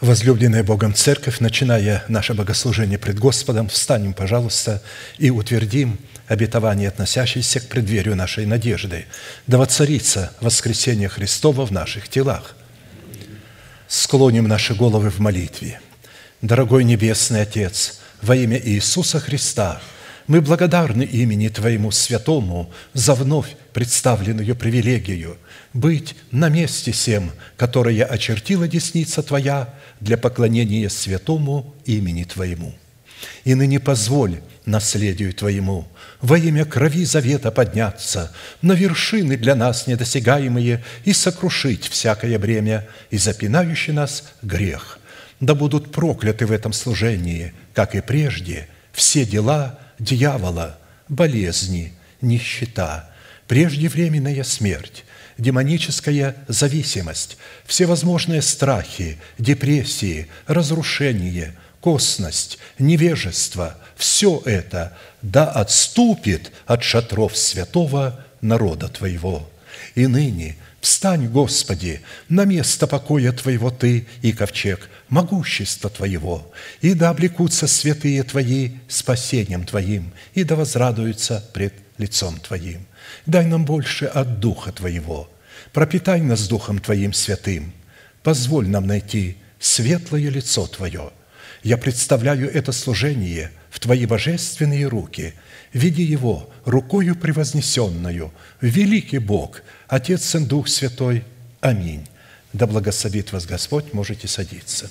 Возлюбленная Богом Церковь, начиная наше богослужение пред Господом, встанем, пожалуйста, и утвердим обетование, относящееся к преддверию нашей надежды. Да воцарится воскресение Христово в наших телах. Склоним наши головы в молитве. Дорогой Небесный Отец, во имя Иисуса Христа, мы благодарны имени Твоему Святому за вновь представленную привилегию быть на месте сем, которое очертила десница Твоя для поклонения святому имени Твоему. И ныне позволь наследию Твоему во имя крови завета подняться на вершины для нас недосягаемые и сокрушить всякое бремя и запинающий нас грех. Да будут прокляты в этом служении, как и прежде, все дела дьявола, болезни, нищета, преждевременная смерть, демоническая зависимость, всевозможные страхи, депрессии, разрушение, косность, невежество – все это да отступит от шатров святого народа Твоего. И ныне встань, Господи, на место покоя Твоего Ты и ковчег могущества Твоего, и да облекутся святые Твои спасением Твоим, и да возрадуются пред лицом Твоим. Дай нам больше от Духа Твоего, пропитай нас Духом Твоим святым, позволь нам найти светлое лицо Твое. Я представляю это служение в Твои божественные руки, веди его рукою превознесенную, великий Бог, Отец, Сын, Дух Святой. Аминь. Да благословит вас Господь, можете садиться.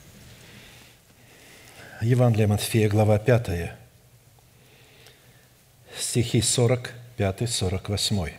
Евангелие Матфея, глава 5, стихи 45-48.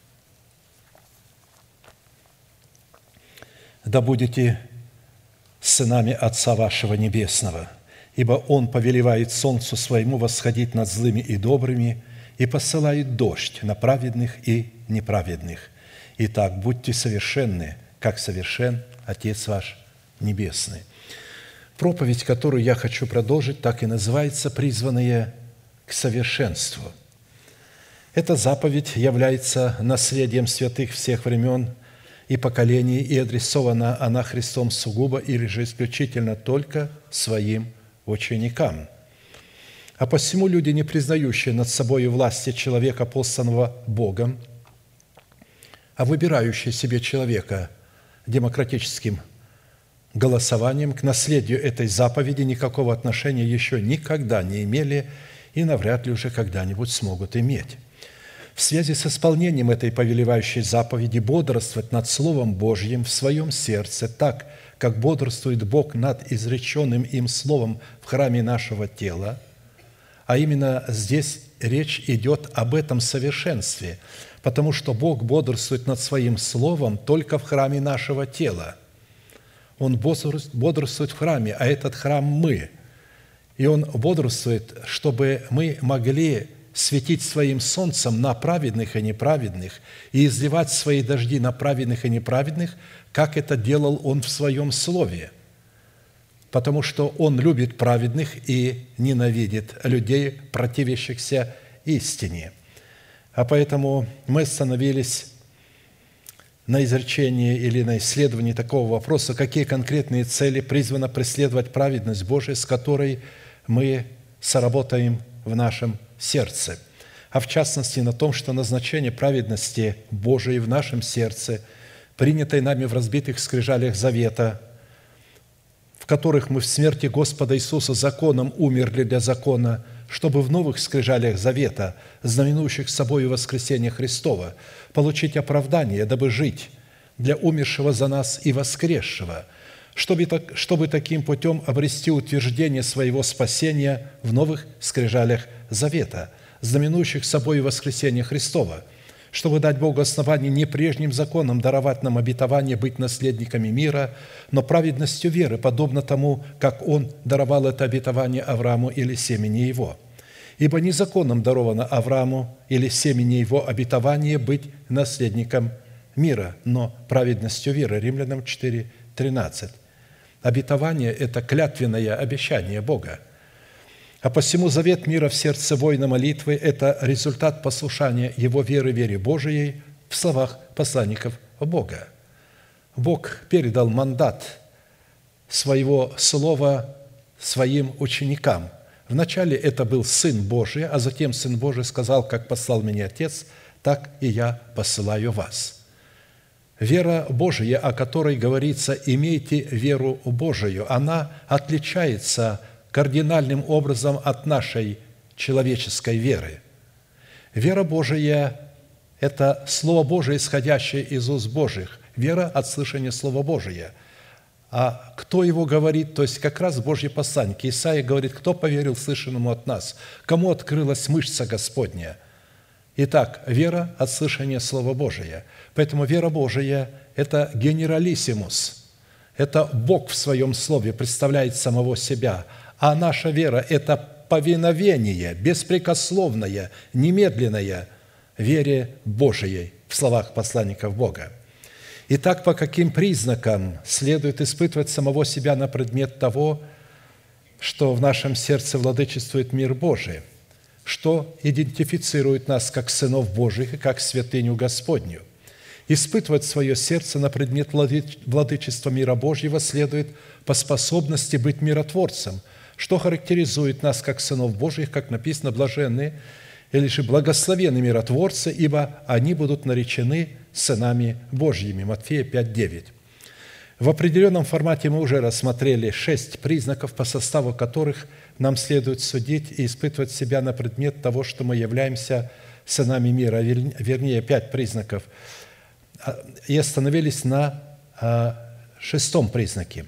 «Да будете сынами Отца вашего Небесного, ибо Он повелевает солнцу своему восходить над злыми и добрыми и посылает дождь на праведных и неправедных. Итак, будьте совершенны, как совершен Отец ваш Небесный». Проповедь, которую я хочу продолжить, так и называется «Призванные к совершенству». Эта заповедь является наследием святых всех времен и поколений, и адресована она Христом сугубо или же исключительно только своим ученикам. А посему люди, не признающие над собой власти человека, посланного Богом, а выбирающие себе человека демократическим голосованием, к наследию этой заповеди никакого отношения еще никогда не имели и навряд ли уже когда-нибудь смогут иметь. В связи с исполнением этой повелевающей заповеди бодрствовать над Словом Божьим в своем сердце так, как бодрствует Бог над изреченным им Словом в храме нашего тела, а именно здесь речь идет об этом совершенстве, потому что Бог бодрствует над Своим Словом только в храме нашего тела. Он бодрствует в храме, а этот храм мы. И Он бодрствует, чтобы мы могли светить своим солнцем на праведных и неправедных и изливать свои дожди на праведных и неправедных, как это делал Он в Своем Слове. Потому что Он любит праведных и ненавидит людей, противящихся истине. А поэтому мы остановились на изречении или на исследовании такого вопроса, какие конкретные цели призвана преследовать праведность Божия, с которой мы соработаем в нашем сердце. А в частности на том, что назначение праведности Божией в нашем сердце, принятой нами в разбитых скрижалях завета, в которых мы в смерти Господа Иисуса законом умерли для закона, чтобы в новых скрижалях завета, знаменующих собою воскресение Христова, получить оправдание, дабы жить для умершего за нас и воскресшего, чтобы таким путем обрести утверждение своего спасения в новых скрижалях завета, знаменующих собою воскресение Христова, чтобы дать Богу основание не прежним законам даровать нам обетование быть наследниками мира, но праведностью веры, подобно тому, как Он даровал это обетование Аврааму или семени его. Ибо не законом даровано Аврааму или семени его обетование быть наследником мира, но праведностью веры». Римлянам 4:13. Обетование – это клятвенное обещание Бога. А посему завет мира в сердце воина молитвы – это результат послушания его веры вере Божией в словах посланников Бога. Бог передал мандат своего слова своим ученикам. Вначале это был Сын Божий, а затем Сын Божий сказал: «Как послал меня Отец, так и я посылаю вас». Вера Божия, о которой говорится «имейте веру Божию», она отличается кардинальным образом от нашей человеческой веры. Вера Божия – это Слово Божие, исходящее из уст Божьих. Вера от слышания Слова Божия. А кто его говорит? То есть как раз Божьи посланники. Исаия говорит: «Кто поверил слышанному от нас? Кому открылась мышца Господня?» Итак, вера от слышания Слова Божия. Поэтому вера Божия – это генералиссимус. Это Бог в Своем Слове представляет самого себя. А наша вера – это повиновение, беспрекословное, немедленное вере Божией в словах посланников Бога. Итак, по каким признакам следует испытывать самого себя на предмет того, что в нашем сердце владычествует мир Божий? Что идентифицирует нас как сынов Божьих и как святыню Господню? Испытывать свое сердце на предмет владычества мира Божьего следует по способности быть миротворцем, что характеризует нас как сынов Божьих, как написано: «Блаженны или же благословенны миротворцы, ибо они будут наречены сынами Божьими». Матфея 5:9. В определенном формате мы уже рассмотрели 6 признаков, по составу которых нам следует судить и испытывать себя на предмет того, что мы являемся сынами мира, вернее, 5 признаков, и остановились на 6 признаке.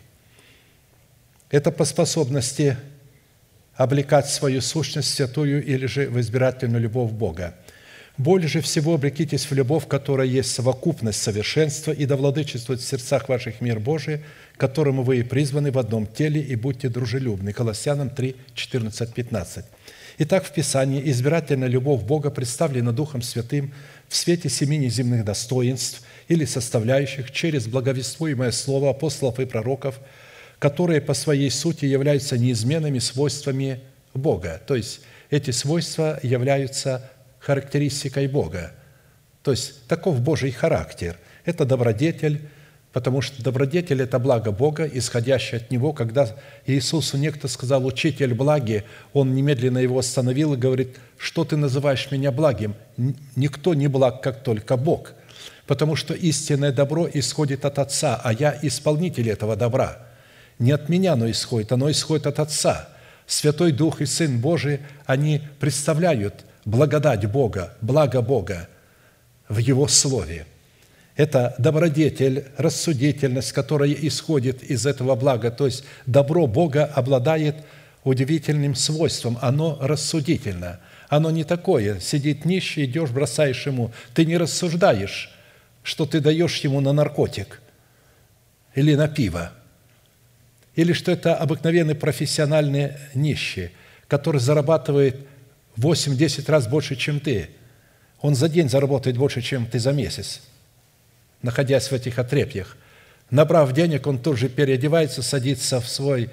Это по способности облекать свою сущность в святую или же в избирательную любовь Бога. Более же всего облекитесь в любовь, которая есть совокупность совершенства, и да владычествует в сердцах ваших мир Божий, к которому вы и призваны в одном теле, и будьте дружелюбны». Колоссянам 3, 14, 15. Итак, в Писании избирательная любовь Бога представлена Духом Святым в свете 7 неземных достоинств или составляющих через благовествуемое слово апостолов и пророков, которые по своей сути являются неизменными свойствами Бога. То есть эти свойства являются характеристикой Бога. То есть таков Божий характер. Это добродетель, потому что добродетель – это благо Бога, исходящее от Него. Когда Иисусу некто сказал: «Учитель благи», Он немедленно его остановил и говорит: «Что ты называешь меня благим? Никто не благ, как только Бог, потому что истинное добро исходит от Отца, а я исполнитель этого добра. Не от меня оно исходит от Отца». Святой Дух и Сын Божий, они представляют благодать Бога, благо Бога в Его Слове. Это добродетель, рассудительность, которая исходит из этого блага. То есть добро Бога обладает удивительным свойством. Оно рассудительно. Оно не такое: сидит нищий, идешь, бросаешь ему. Ты не рассуждаешь, что ты даешь ему на наркотик или на пиво. Или что это обыкновенный профессиональный нищий, который зарабатывает 8-10 раз больше, чем ты. Он за день заработает больше, чем ты за месяц, находясь в этих отрепьях. Набрав денег, он тут же переодевается, садится в свой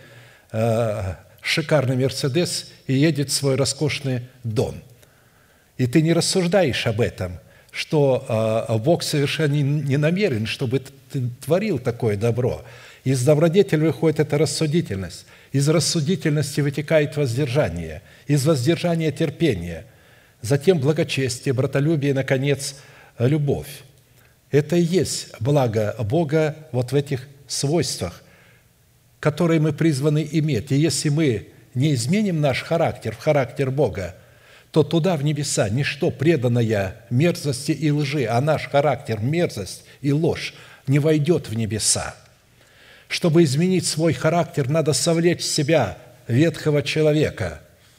шикарный «Мерседес» и едет в свой роскошный дом. И ты не рассуждаешь об этом, что Бог совершенно не намерен, чтобы ты творил такое добро. Из добродетели выходит эта рассудительность. Из рассудительности вытекает воздержание. Из воздержания – терпение. Затем благочестие, братолюбие и, наконец, любовь. Это и есть благо Бога вот в этих свойствах, которые мы призваны иметь. И если мы не изменим наш характер в характер Бога, то туда, в небеса, ничто преданное мерзости и лжи, а наш характер, мерзость и ложь, не войдет в небеса. Чтобы изменить свой характер, надо совлечь в себя ветхого человека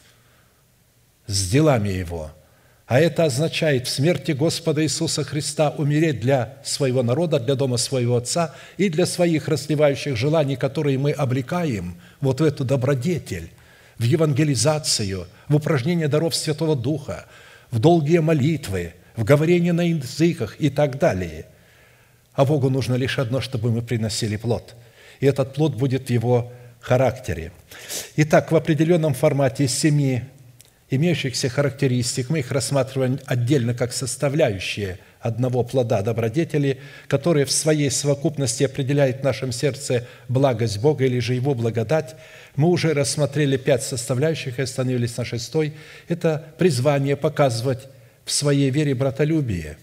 с делами его. А это означает в смерти Господа Иисуса Христа умереть для своего народа, для дома своего Отца и для своих расливающих желаний, которые мы облекаем вот в эту добродетель, в евангелизацию, в упражнение даров Святого Духа, в долгие молитвы, в говорение на языках и так далее. А Богу нужно лишь одно, чтобы мы приносили плод. И этот плод будет в Его характере. Итак, в определенном формате из 7 имеющихся характеристик, мы их рассматриваем отдельно как составляющие одного плода добродетели, которые в своей совокупности определяют в нашем сердце благость Бога или же Его благодать. Мы уже рассмотрели 5 составляющих и остановились на 6. Это призвание показывать в своей вере братолюбие.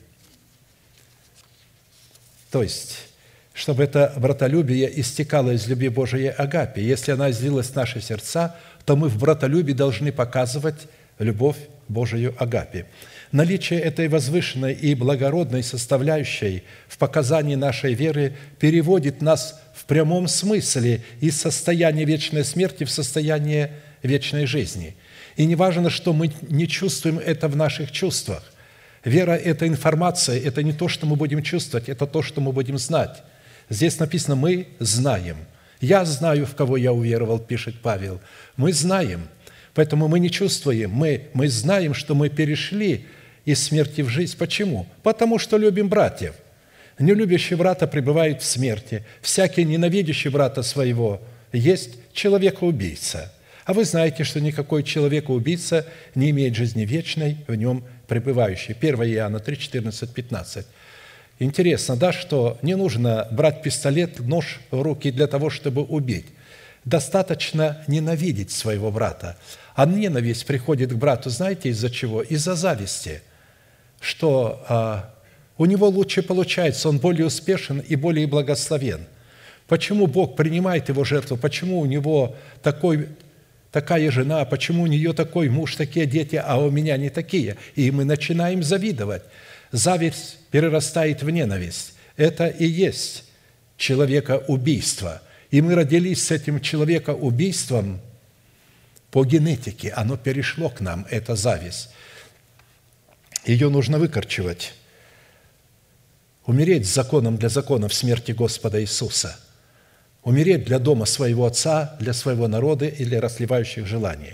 То есть, чтобы это братолюбие истекало из любви Божией Агапе. Если она излилась в наши сердца, то мы в братолюбии должны показывать любовь Божию Агапе. Наличие этой возвышенной и благородной составляющей в показании нашей веры переводит нас в прямом смысле из состояния вечной смерти в состояние вечной жизни. И не важно, что мы не чувствуем это в наших чувствах. Вера – это информация, это не то, что мы будем чувствовать, это то, что мы будем знать. Здесь написано «мы знаем». «Я знаю, в кого я уверовал», пишет Павел. Мы знаем, поэтому мы не чувствуем, мы знаем, что мы перешли из смерти в жизнь. Почему? Потому что любим братьев. Нелюбящий брата пребывает в смерти. Всякий ненавидящий брата своего есть человекоубийца. А вы знаете, что никакой человекоубийца не имеет жизни вечной, в нем пребывающей. 1 Иоанна 3, 14, 15. Интересно, да, что не нужно брать пистолет, нож в руки для того, чтобы убить. Достаточно ненавидеть своего брата. А ненависть приходит к брату, знаете, из-за чего? Из-за зависти, что у него лучше получается, он более успешен и более благословен. Почему Бог принимает его жертву? Почему у него такая жена? Почему у нее такой муж, такие дети, а у меня не такие? И мы начинаем завидовать. Зависть перерастает в ненависть. Это и есть человекоубийство. И мы родились с этим человекоубийством по генетике. Оно перешло к нам, эта зависть. Ее нужно выкорчевать. Умереть с законом для закона в смерти Господа Иисуса. Умереть для дома своего Отца, для своего народа и для расливающих желаний.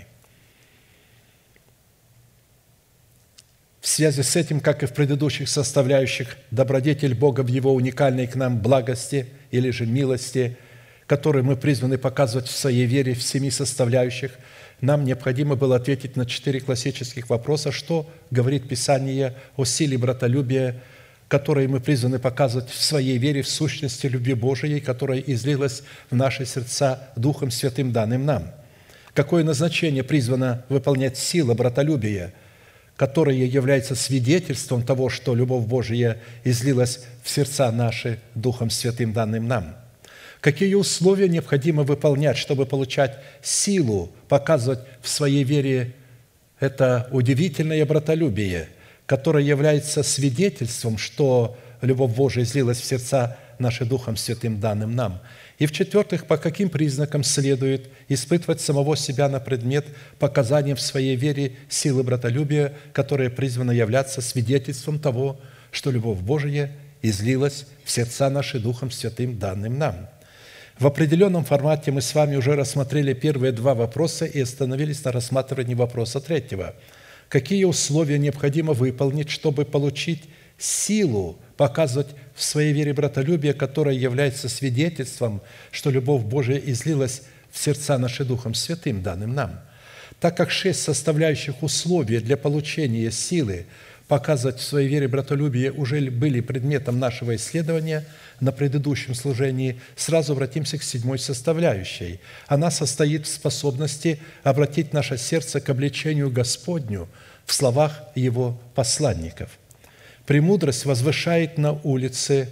В связи с этим, как и в предыдущих составляющих, добродетель Бога в Его уникальной к нам благости или же милости, которую мы призваны показывать в своей вере в 7 составляющих, нам необходимо было ответить на 4 классических вопроса, что говорит Писание о силе братолюбия, которые мы призваны показывать в своей вере в сущности любви Божией, которая излилась в наши сердца Духом Святым, данным нам. Какое назначение призвана выполнять сила братолюбия, которая является свидетельством того, что любовь Божия излилась в сердца наши Духом Святым, данным нам. Какие условия необходимо выполнять, чтобы получать силу, показывать в своей вере это удивительное братолюбие, которое является свидетельством, что любовь Божия излилась в сердца наши Духом Святым, данным нам. И в-четвертых, по каким признакам следует испытывать самого себя на предмет показания в своей вере силы братолюбия, которая призвана являться свидетельством того, что любовь Божия излилась в сердца наши Духом Святым, данным нам. В определенном формате мы с вами уже рассмотрели первые 2 вопроса и остановились на рассматривании вопроса 3. Какие условия необходимо выполнить, чтобы получить силу показывать в своей вере братолюбие, которое является свидетельством, что любовь Божия излилась в сердца наши Духом Святым, данным нам. Так как 6 составляющих условий для получения силы показывать в своей вере братолюбие уже были предметом нашего исследования на предыдущем служении, сразу обратимся к 7 составляющей. Она состоит в способности обратить наше сердце к обличению Господню в словах Его посланников. Премудрость возвышает на улице,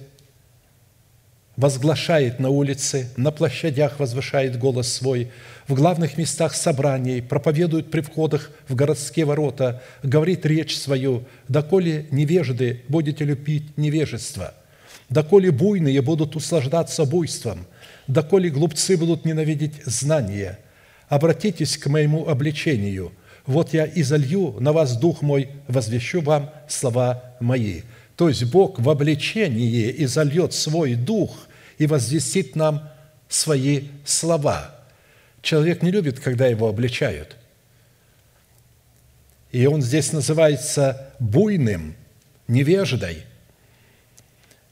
возглашает на улице, на площадях возвышает голос свой, в главных местах собраний, проповедует при входах в городские ворота, говорит речь свою, доколе невежды будете любить невежество, доколе буйные будут услаждаться буйством, доколе глупцы будут ненавидеть знания. Обратитесь к моему обличению. Вот я изолью на вас дух мой, возвещу вам слова мои». То есть Бог в обличении изольет свой дух и возвестит нам свои слова. Человек не любит, когда его обличают. И он здесь называется буйным, невеждой.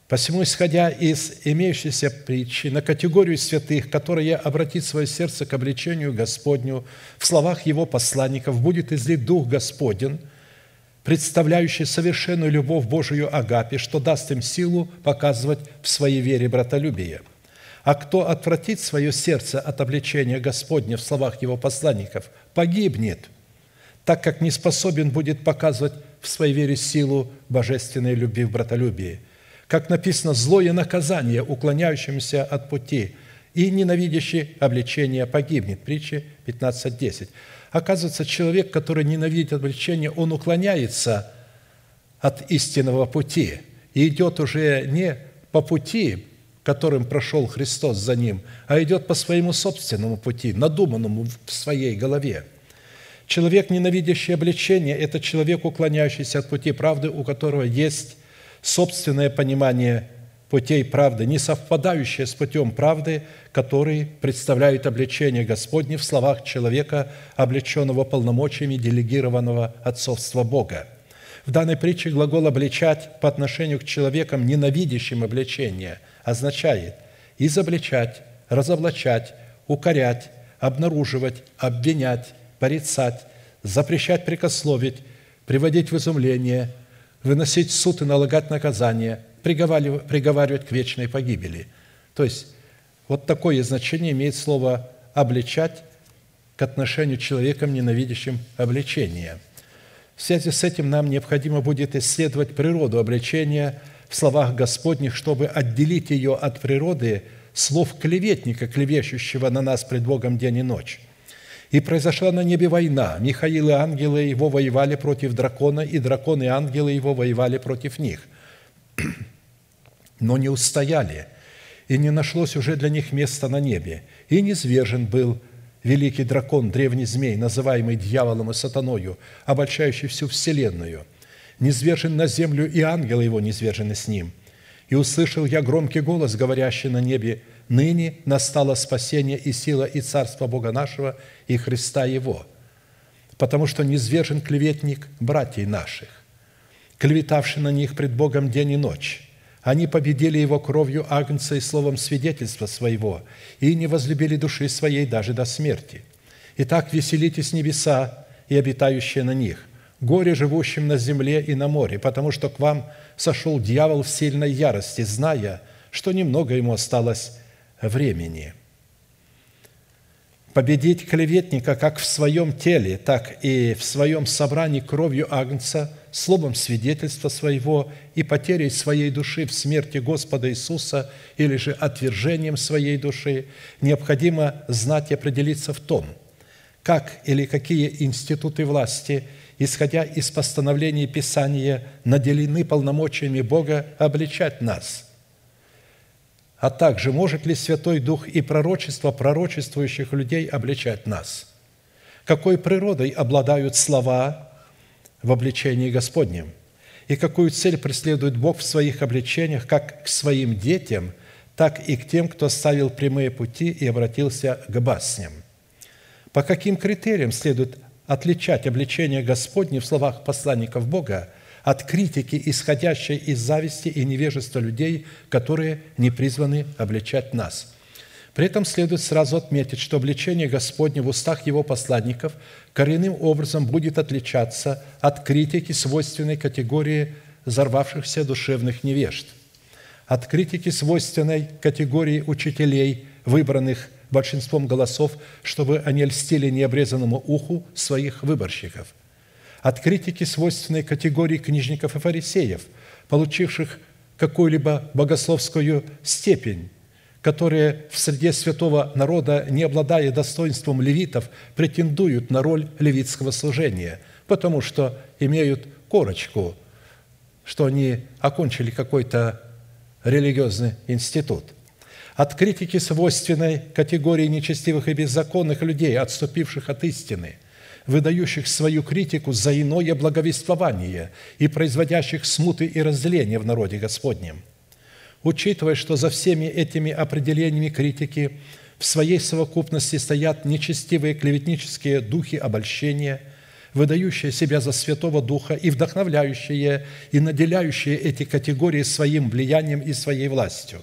Посему, исходя из имеющейся притчи на категорию святых, которая обратит свое сердце к обличению Господню, в словах Его посланников будет излит Дух Господень, представляющий совершенную любовь Божию Агапе, что даст им силу показывать в своей вере братолюбие. А кто отвратит свое сердце от обличения Господня в словах Его посланников, погибнет, так как не способен будет показывать в своей вере силу божественной любви в братолюбии. Как написано, злое наказание уклоняющимся от пути и ненавидящий обличение погибнет. Притча 15:10. Оказывается, человек, который ненавидит обличение, он уклоняется от истинного пути и идет уже не по пути, которым прошел Христос за ним, а идет по своему собственному пути, надуманному в своей голове. Человек, ненавидящий обличение, это человек, уклоняющийся от пути правды, у которого есть собственное понимание путей правды, не совпадающее с путем правды, который представляет обличение Господне в словах человека, облеченного полномочиями делегированного отцовства Бога. В данной притче глагол «обличать» по отношению к человекам, ненавидящим обличение, означает изобличать, разоблачать, укорять, обнаруживать, обвинять, порицать, запрещать прикословить, приводить в изумление, выносить суд и налагать наказание, приговаривать к вечной погибели. То есть, вот такое значение имеет слово «обличать» к отношению к человекам, ненавидящим обличение. В связи с этим нам необходимо будет исследовать природу обличения в словах Господних, чтобы отделить ее от природы слов клеветника, клевещущего на нас пред Богом день и ночь. «И произошла на небе война. Михаил и ангелы его воевали против дракона, и дракон и ангелы его воевали против них. Но не устояли, и не нашлось уже для них места на небе. И низвержен был великий дракон, древний змей, называемый дьяволом и сатаною, обольщающий всю вселенную. Низвержен на землю, и ангелы его низвержены с ним. И услышал я громкий голос, говорящий на небе: ныне настало спасение и сила и царство Бога нашего и Христа Его, потому что низвержен клеветник братьев наших, клеветавший на них пред Богом день и ночь. Они победили его кровью агнца и словом свидетельства своего, и не возлюбили души своей даже до смерти. Итак, веселитесь небеса и обитающие на них, горе живущим на земле и на море, потому что к вам сошел дьявол в сильной ярости, зная, что немного ему осталось времени. Победить клеветника как в своем теле, так и в своем собрании кровью агнца, словом свидетельства своего и потерей своей души в смерти Господа Иисуса или же отвержением своей души, необходимо знать и определиться в том, как или какие институты власти, исходя из постановлений Писания, наделены полномочиями Бога обличать нас, а также может ли Святой Дух и пророчество пророчествующих людей обличать нас? Какой природой обладают слова в обличении Господнем? И какую цель преследует Бог в своих обличениях как к своим детям, так и к тем, кто оставил прямые пути и обратился к басням? По каким критериям следует отличать обличение Господне в словах посланников Бога от критики, исходящей из зависти и невежества людей, которые не призваны обличать нас? При этом следует сразу отметить, что обличение Господне в устах Его посланников коренным образом будет отличаться от критики, свойственной категории взорвавшихся душевных невежд, от критики, свойственной категории учителей, выбранных большинством голосов, чтобы они льстили необрезанному уху своих выборщиков, от критики, свойственной категории книжников и фарисеев, получивших какую-либо богословскую степень, которые в среде святого народа, не обладая достоинством левитов, претендуют на роль левитского служения, потому что имеют корочку, что они окончили какой-то религиозный институт. От критики, свойственной категории нечестивых и беззаконных людей, отступивших от истины, выдающих свою критику за иное благовествование и производящих смуты и разделения в народе Господнем. Учитывая, что за всеми этими определениями критики в своей совокупности стоят нечестивые клеветнические духи обольщения, выдающие себя за Святого Духа и вдохновляющие и наделяющие эти категории своим влиянием и своей властью.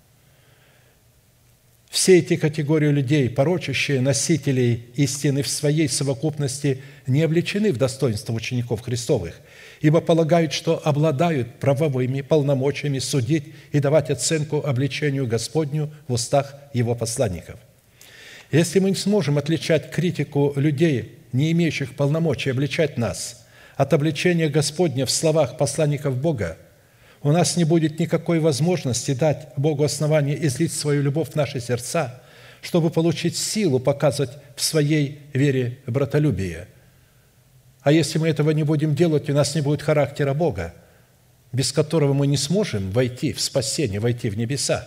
Все эти категории людей, порочащие носителей истины в своей совокупности, не облечены в достоинство учеников Христовых, ибо полагают, что обладают правовыми полномочиями судить и давать оценку обличению Господню в устах Его посланников. Если мы не сможем отличать критику людей, не имеющих полномочий обличать нас, от обличения Господня в словах посланников Бога, у нас не будет никакой возможности дать Богу основание излить свою любовь в наши сердца, чтобы получить силу показывать в своей вере братолюбие. А если мы этого не будем делать, у нас не будет характера Бога, без которого мы не сможем войти в спасение, войти в небеса.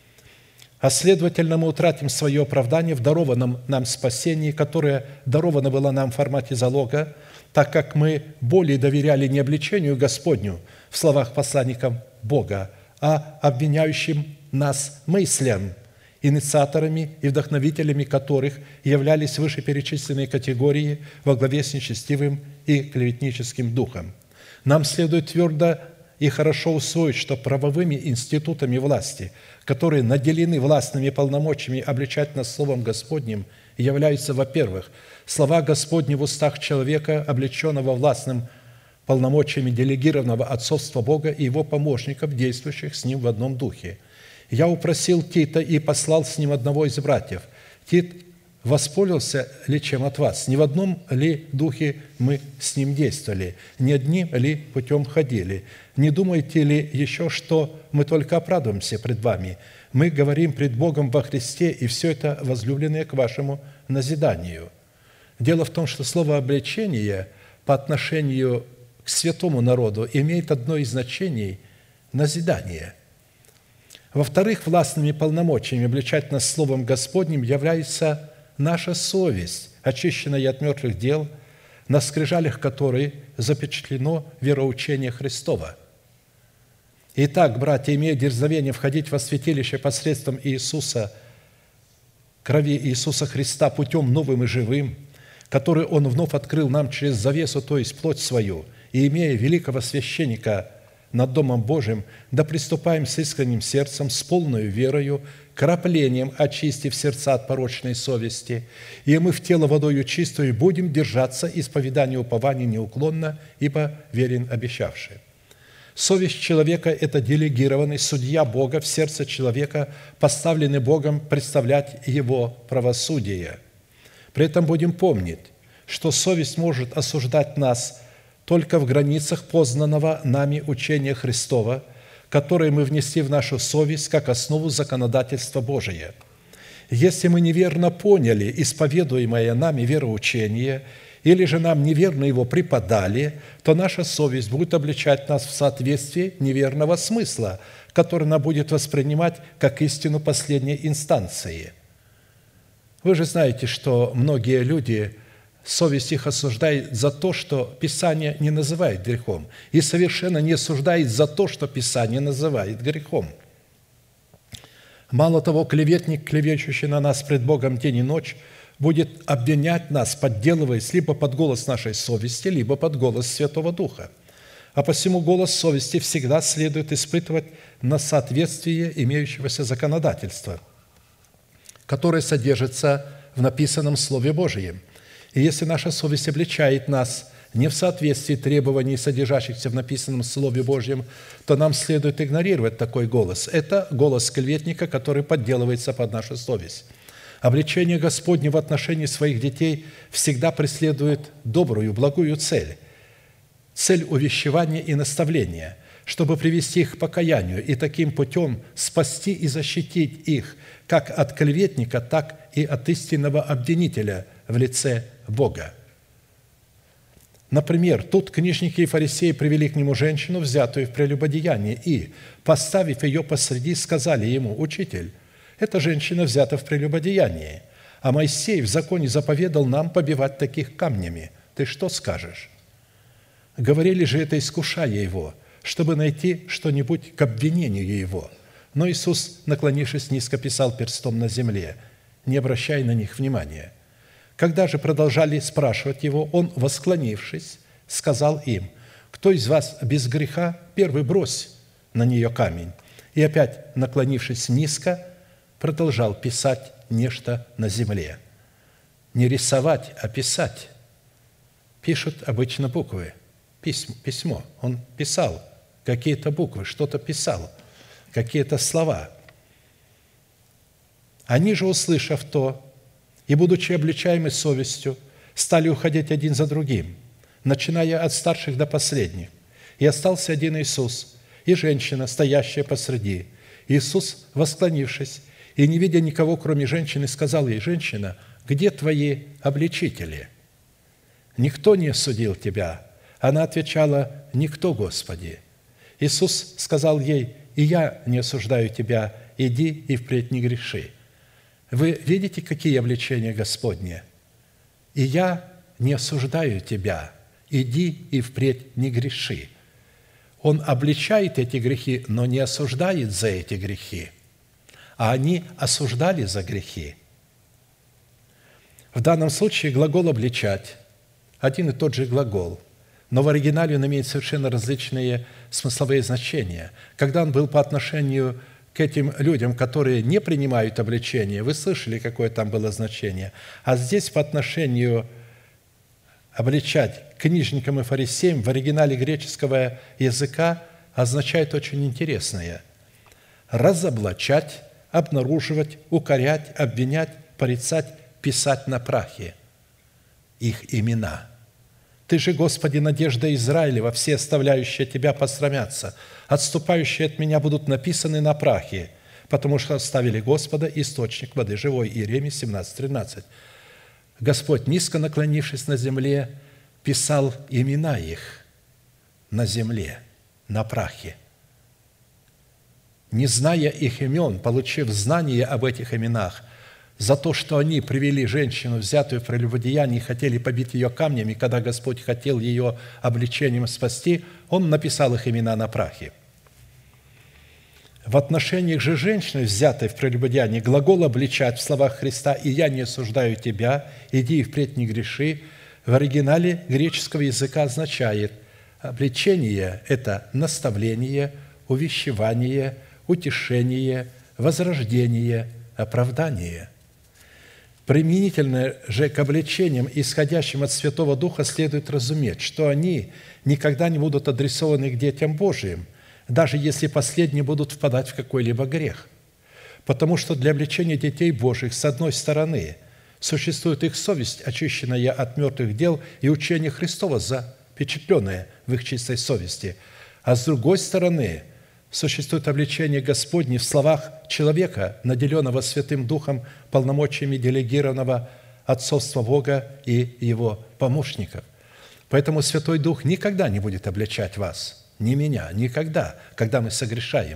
А следовательно, мы утратим свое оправдание в дарованном нам спасении, которое даровано было нам в формате залога, так как мы более доверяли не обличению Господню в словах посланников Бога, а обвиняющим нас мыслям, инициаторами и вдохновителями которых являлись вышеперечисленные категории во главе с нечестивым и клеветническим духом. Нам следует твердо и хорошо усвоить, что правовыми институтами власти, которые наделены властными полномочиями обличать нас Словом Господним, являются, во-первых, слова Господни в устах человека, облеченного властным полномочиями делегированного отцовства Бога и Его помощников, действующих с Ним в одном духе. «Я упросил Тита и послал с ним одного из братьев. Тит воспользовался ли чем от вас? Не в одном ли духе мы с ним действовали? Не одним ли путем ходили? Не думаете ли еще, что мы только оправдываемся пред вами? Мы говорим пред Богом во Христе, и все это возлюбленное к вашему назиданию». Дело в том, что слово «обличение» по отношению к святому народу имеет одно из значений – назидание. Во-вторых, властными полномочиями обличать нас Словом Господним является наша совесть, очищенная от мертвых дел, на скрижалях которой запечатлено вероучение Христово. Итак, братья, имея дерзновение входить во святилище посредством Иисуса, крови Иисуса Христа, путем новым и живым, который Он вновь открыл нам через завесу, то есть плоть свою, и имея великого священника над Домом Божиим, да приступаем с искренним сердцем, с полною верою, краплением очистив сердца от порочной совести, и мы в тело водою чистую будем держаться исповедания упования неуклонно, ибо верен обещавший». Совесть человека – это делегированный судья Бога в сердце человека, поставленный Богом представлять Его правосудие. При этом будем помнить, что совесть может осуждать нас только в границах познанного нами учения Христова, которое мы внесли в нашу совесть как основу законодательства Божия. Если мы неверно поняли исповедуемое нами вероучение или же нам неверно его преподали, то наша совесть будет обличать нас в соответствии неверного смысла, который она будет воспринимать как истину последней инстанции. Вы же знаете, что многие люди, совесть их осуждает за то, что Писание не называет грехом, и совершенно не осуждает за то, что Писание называет грехом. Мало того, клеветник, клевещущий на нас пред Богом день и ночь, будет обвинять нас, подделываясь либо под голос нашей совести, либо под голос Святого Духа. А посему голос совести всегда следует испытывать на соответствие имеющегося законодательства, которое содержится в написанном Слове Божием. И если наша совесть обличает нас не в соответствии требований, содержащихся в написанном Слове Божьем, то нам следует игнорировать такой голос. Это голос клеветника, который подделывается под нашу совесть. Обличение Господне в отношении своих детей всегда преследует добрую, благую цель увещевания и наставления, чтобы привести их к покаянию и таким путем спасти и защитить их как от клеветника, так и от истинного обвинителя в лице Бога. Например, тут книжники и фарисеи привели к нему женщину, взятую в прелюбодеянии, и, поставив ее посреди, сказали ему: «Учитель, эта женщина взята в прелюбодеянии, а Моисей в законе заповедал нам побивать таких камнями. Ты что скажешь?» Говорили же это, искушая его, чтобы найти что-нибудь к обвинению его. Но Иисус, наклонившись низко, писал перстом на земле, не обращая на них внимания. Когда же продолжали спрашивать его, он, восклонившись, сказал им: «Кто из вас без греха, первый брось на нее камень». И опять, наклонившись низко, продолжал писать нечто на земле. Не рисовать, а писать. Пишут обычно буквы, письмо. Он писал какие-то буквы, что-то писал, какие-то слова. Они же, услышав то, и, будучи обличаемы совестью, стали уходить один за другим, начиная от старших до последних. И остался один Иисус, и женщина, стоящая посреди. Иисус, восклонившись, и не видя никого, кроме женщины, сказал ей: «Женщина, где твои обличители? Никто не осудил тебя». Она отвечала: «Никто, Господи». Иисус сказал ей: «И я не осуждаю тебя, иди и впредь не греши». Вы видите, какие обличения Господни? «И я не осуждаю тебя, иди и впредь не греши». Он обличает эти грехи, но не осуждает за эти грехи, а они осуждали за грехи. В данном случае глагол «обличать» – один и тот же глагол, но в оригинале он имеет совершенно различные смысловые значения. Когда он был по отношению к этим людям, которые не принимают обличение, вы слышали, какое там было значение, а здесь по отношению обличать книжникам и фарисеям в оригинале греческого языка означает очень интересное: разоблачать, обнаруживать, укорять, обвинять, порицать, писать на прахе их имена. «Ты же, Господи, надежда Израилева, все оставляющие Тебя посрамятся, отступающие от Меня будут написаны на прахе, потому что оставили Господа, источник воды живой». Иеремия 17:13. Господь, низко наклонившись на земле, писал имена их на земле, на прахе. Не зная их имен, получив знание об этих именах, за то, что они привели женщину, взятую в прелюбодеянии, и хотели побить ее камнями, когда Господь хотел ее обличением спасти, Он написал их имена на прахе. В отношениях же женщины, взятой в прелюбодеянии, глагол «обличать» в словах Христа «И я не осуждаю тебя, иди и впредь не греши» в оригинале греческого языка означает: обличение – это наставление, увещевание, утешение, возрождение, оправдание. Применительно же к обличениям, исходящим от Святого Духа, следует разуметь, что они никогда не будут адресованы к детям Божиим, даже если последние будут впадать в какой-либо грех. Потому что для обличения детей Божьих, с одной стороны, существует их совесть, очищенная от мертвых дел, и учение Христова, запечатленное в их чистой совести, а с другой стороны, существует обличение Господне в словах человека, наделенного Святым Духом полномочиями делегированного отцовства Бога и Его помощников. Поэтому Святой Дух никогда не будет обличать вас, ни меня, никогда, когда мы согрешаем.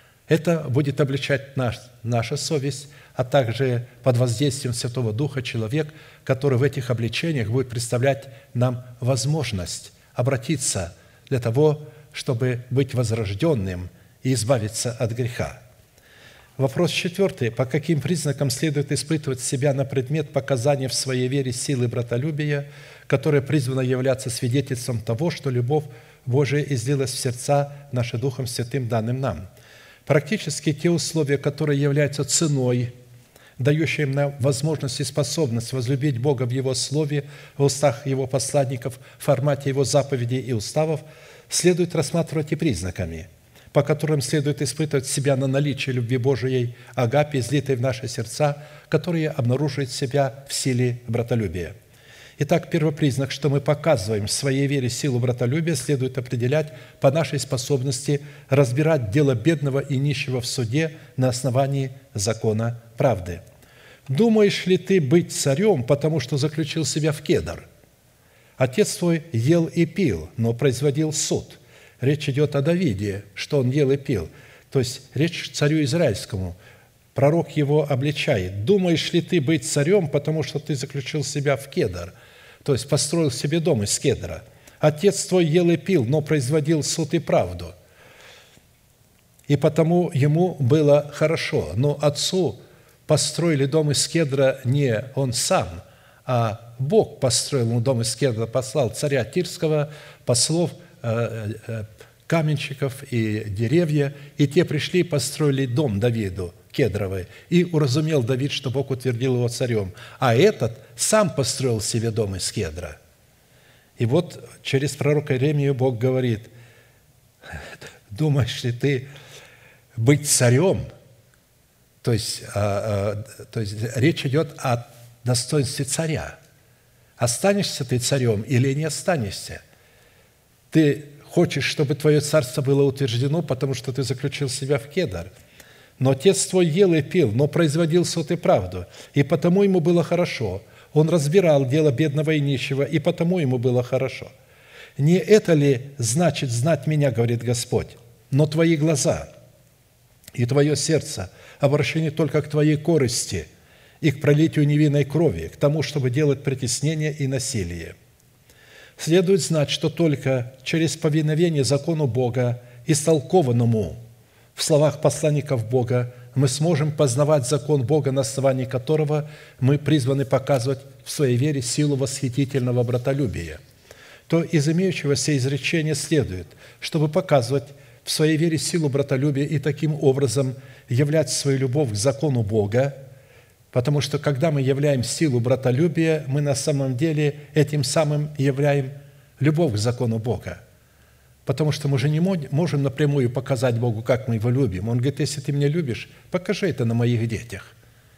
Это будет обличать наша совесть, а также под воздействием Святого Духа человек, который в этих обличениях будет представлять нам возможность обратиться для того, чтобы быть возрожденным и избавиться от греха. Вопрос 4. По каким признакам следует испытывать себя на предмет показания в своей вере силы братолюбия, которая призвана являться свидетельством того, что любовь Божия излилась в сердца наши Духом Святым, данным нам? Практически те условия, которые являются ценой, дающей нам возможность и способность возлюбить Бога в Его Слове, в устах Его посланников, в формате Его заповедей и уставов, следует рассматривать и признаками, по которым следует испытывать себя на наличие любви Божией, агапе, излитой в наши сердца, которые обнаруживают себя в силе братолюбия. Итак, первый признак, что мы показываем в своей вере силу братолюбия, следует определять по нашей способности разбирать дело бедного и нищего в суде на основании закона правды. «Думаешь ли ты быть царем, потому что заключил себя в кедр? Отец твой ел и пил, но производил суд». Речь идет о Давиде, что он ел и пил. То есть речь царю израильскому. Пророк его обличает. «Думаешь ли ты быть царем, потому что ты заключил себя в кедр?» То есть построил себе дом из кедра. «Отец твой ел и пил, но производил суд и правду. И потому ему было хорошо». Но отцу построили дом из кедра не он сам, а Бог построил ему дом из кедра, послал царя Тирского, послов, каменщиков и деревья, и те пришли и построили дом Давиду, кедровый, и уразумел Давид, что Бог утвердил его царем. А этот сам построил себе дом из кедра. И вот через пророка Иеремию Бог говорит: думаешь ли ты быть царем? То есть речь идет о достоинстве царя. Останешься ты царем или не останешься? Ты хочешь, чтобы твое царство было утверждено, потому что ты заключил себя в кедр. Но отец твой ел и пил, но производил суд и правду, и потому ему было хорошо. Он разбирал дело бедного и нищего, и потому ему было хорошо. Не это ли значит знать меня, говорит Господь, но твои глаза и твое сердце обращены только к твоей корысти и к пролитию невинной крови, к тому, чтобы делать притеснение и насилие. Следует знать, что только через повиновение закону Бога, истолкованному в словах посланников Бога, мы сможем познавать закон Бога, на основании которого мы призваны показывать в своей вере силу восхитительного братолюбия. То из имеющегося изречения следует, чтобы показывать в своей вере силу братолюбия и таким образом являть свою любовь к закону Бога, потому что, когда мы являем силу братолюбия, мы на самом деле этим самым являем любовь к закону Бога. Потому что мы же не можем напрямую показать Богу, как мы Его любим. Он говорит: если ты меня любишь, покажи это на моих детях.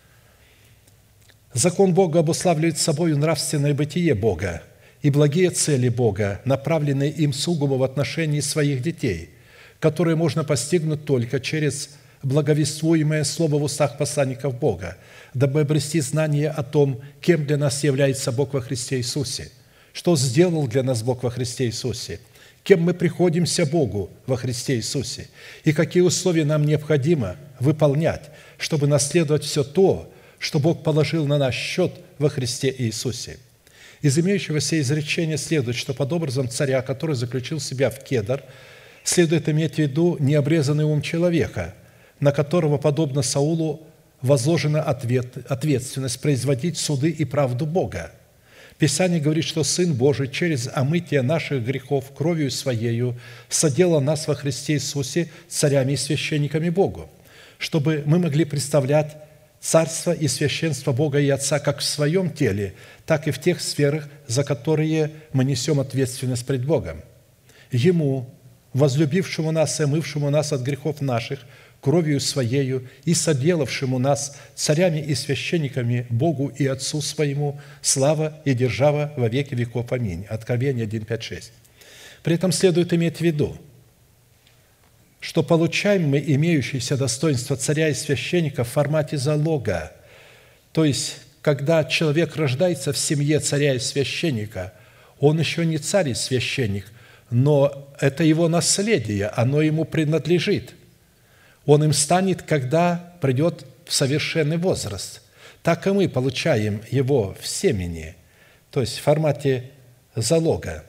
Закон Бога обуславливает собой нравственное бытие Бога и благие цели Бога, направленные им сугубо в отношении своих детей, которые можно постигнуть только через благовествуемое слово в устах посланников Бога, дабы обрести знание о том, кем для нас является Бог во Христе Иисусе, что сделал для нас Бог во Христе Иисусе, кем мы приходимся Богу во Христе Иисусе и какие условия нам необходимо выполнять, чтобы наследовать все то, что Бог положил на наш счет во Христе Иисусе. Из имеющегося изречения следует, что под образом царя, который заключил себя в кедр, следует иметь в виду необрезанный ум человека, на которого, подобно Саулу, возложена ответственность производить суды и правду Бога. Писание говорит, что Сын Божий через омытие наших грехов кровью Своею соделал нас во Христе Иисусе царями и священниками Богу, чтобы мы могли представлять царство и священство Бога и Отца как в своем теле, так и в тех сферах, за которые мы несем ответственность пред Богом. Ему, возлюбившему нас и омывшему нас от грехов наших, кровью Своею и соделавшему нас царями и священниками Богу и Отцу Своему, слава и держава во веки веков. Аминь. Откровение 1:5-6. При этом следует иметь в виду, что получаем мы имеющееся достоинство царя и священника в формате залога. То есть, когда человек рождается в семье царя и священника, он еще не царь и священник, но это его наследие, оно ему принадлежит. Он им станет, когда придет в совершенный возраст. Так и мы получаем его в семени, то есть в формате залога,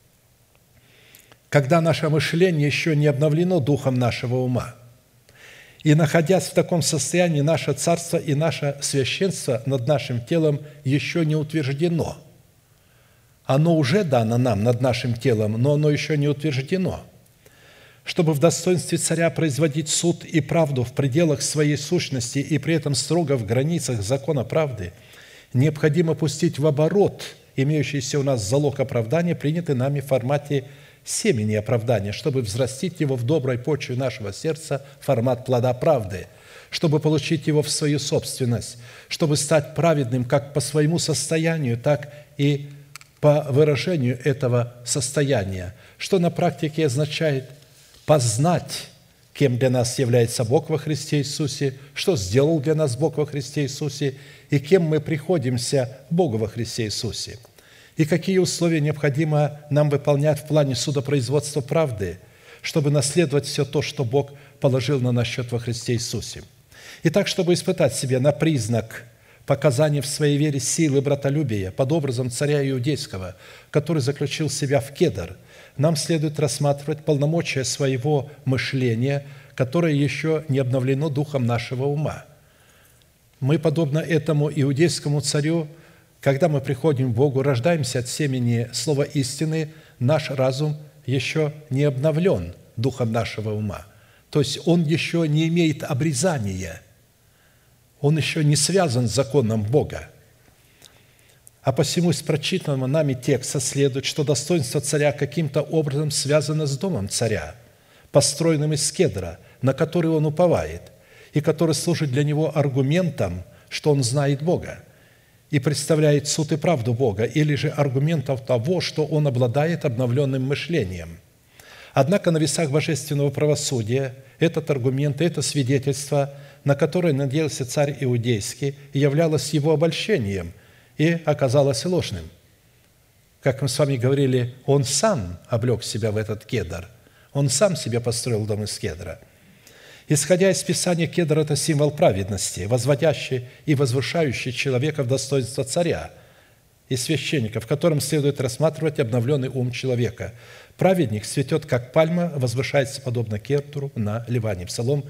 когда наше мышление еще не обновлено духом нашего ума. И, находясь в таком состоянии, наше царство и наше священство над нашим телом еще не утверждено. Оно уже дано нам над нашим телом, но оно еще не утверждено. Чтобы в достоинстве царя производить суд и правду в пределах своей сущности и при этом строго в границах закона правды, необходимо пустить в оборот имеющийся у нас залог оправдания, принятый нами в формате семени оправдания, чтобы взрастить его в доброй почве нашего сердца, формат плода правды, чтобы получить его в свою собственность, чтобы стать праведным как по своему состоянию, так и по выражению этого состояния, что на практике означает познать, кем для нас является Бог во Христе Иисусе, что сделал для нас Бог во Христе Иисусе, и кем мы приходимся Богу во Христе Иисусе, и какие условия необходимо нам выполнять в плане судопроизводства правды, чтобы наследовать все то, что Бог положил на наш счет во Христе Иисусе. Итак, чтобы испытать себя на признак показания в своей вере силы братолюбия под образом царя Иудейского, который заключил себя в кедр, нам следует рассматривать полномочия своего мышления, которое еще не обновлено духом нашего ума. Мы, подобно этому иудейскому царю, когда мы приходим к Богу, рождаемся от семени слова истины, наш разум еще не обновлен духом нашего ума. То есть он еще не имеет обрезания, он еще не связан с законом Бога. А посему из прочитанного нами текста следует, что достоинство царя каким-то образом связано с домом царя, построенным из кедра, на который он уповает, и который служит для него аргументом, что он знает Бога, и представляет суд и правду Бога, или же аргументом того, что он обладает обновленным мышлением. Однако на весах божественного правосудия этот аргумент, это свидетельство, на которое надеялся царь иудейский, являлось его обольщением и оказалось ложным. Как мы с вами говорили, он сам облег себя в этот кедр, он сам себе построил дом из кедра. Исходя из Писания, кедр – это символ праведности, возводящий и возвышающий человека в достоинство царя и священника, в котором следует рассматривать обновленный ум человека. Праведник цветет, как пальма, возвышается подобно кедру на Ливане. Псалом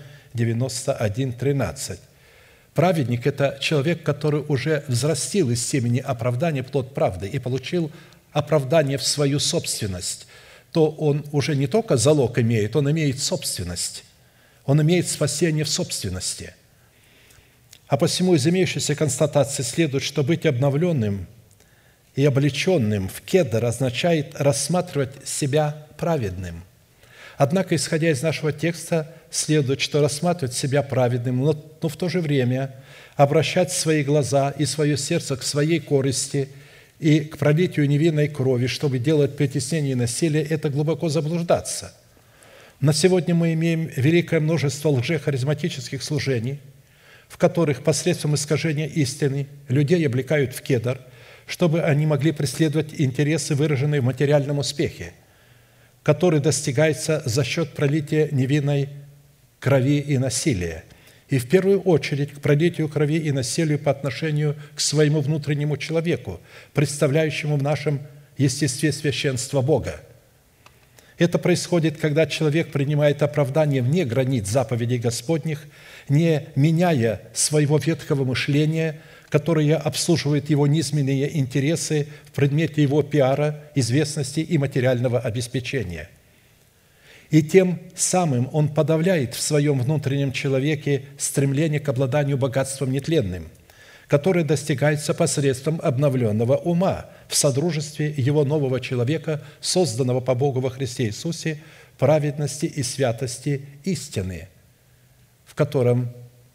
91:13. Праведник – это человек, который уже взрастил из семени оправдания плод правды и получил оправдание в свою собственность. То он уже не только залог имеет, он имеет собственность. Он имеет спасение в собственности. А посему из имеющейся констатации следует, что быть обновленным и облеченным в кедр означает рассматривать себя праведным. Однако, исходя из нашего текста, следует, что рассматривать себя праведным, но в то же время обращать свои глаза и свое сердце к своей корысти и к пролитию невинной крови, чтобы делать притеснение и насилие, это глубоко заблуждаться. На сегодня мы имеем великое множество лжехаризматических служений, в которых посредством искажения истины людей облекают в кедр, чтобы они могли преследовать интересы, выраженные в материальном успехе, который достигается за счет пролития невинной крови и насилия, и в первую очередь к пролитию крови и насилию по отношению к своему внутреннему человеку, представляющему в нашем естестве священство Бога. Это происходит, когда человек принимает оправдание вне границ заповедей Господних, не меняя своего ветхого мышления, которое обслуживает его низменные интересы в предмете его пиара, известности и материального обеспечения. И тем самым он подавляет в своем внутреннем человеке стремление к обладанию богатством нетленным, которое достигается посредством обновленного ума в содружестве его нового человека, созданного по Богу во Христе Иисусе, праведности и святости истины, в котором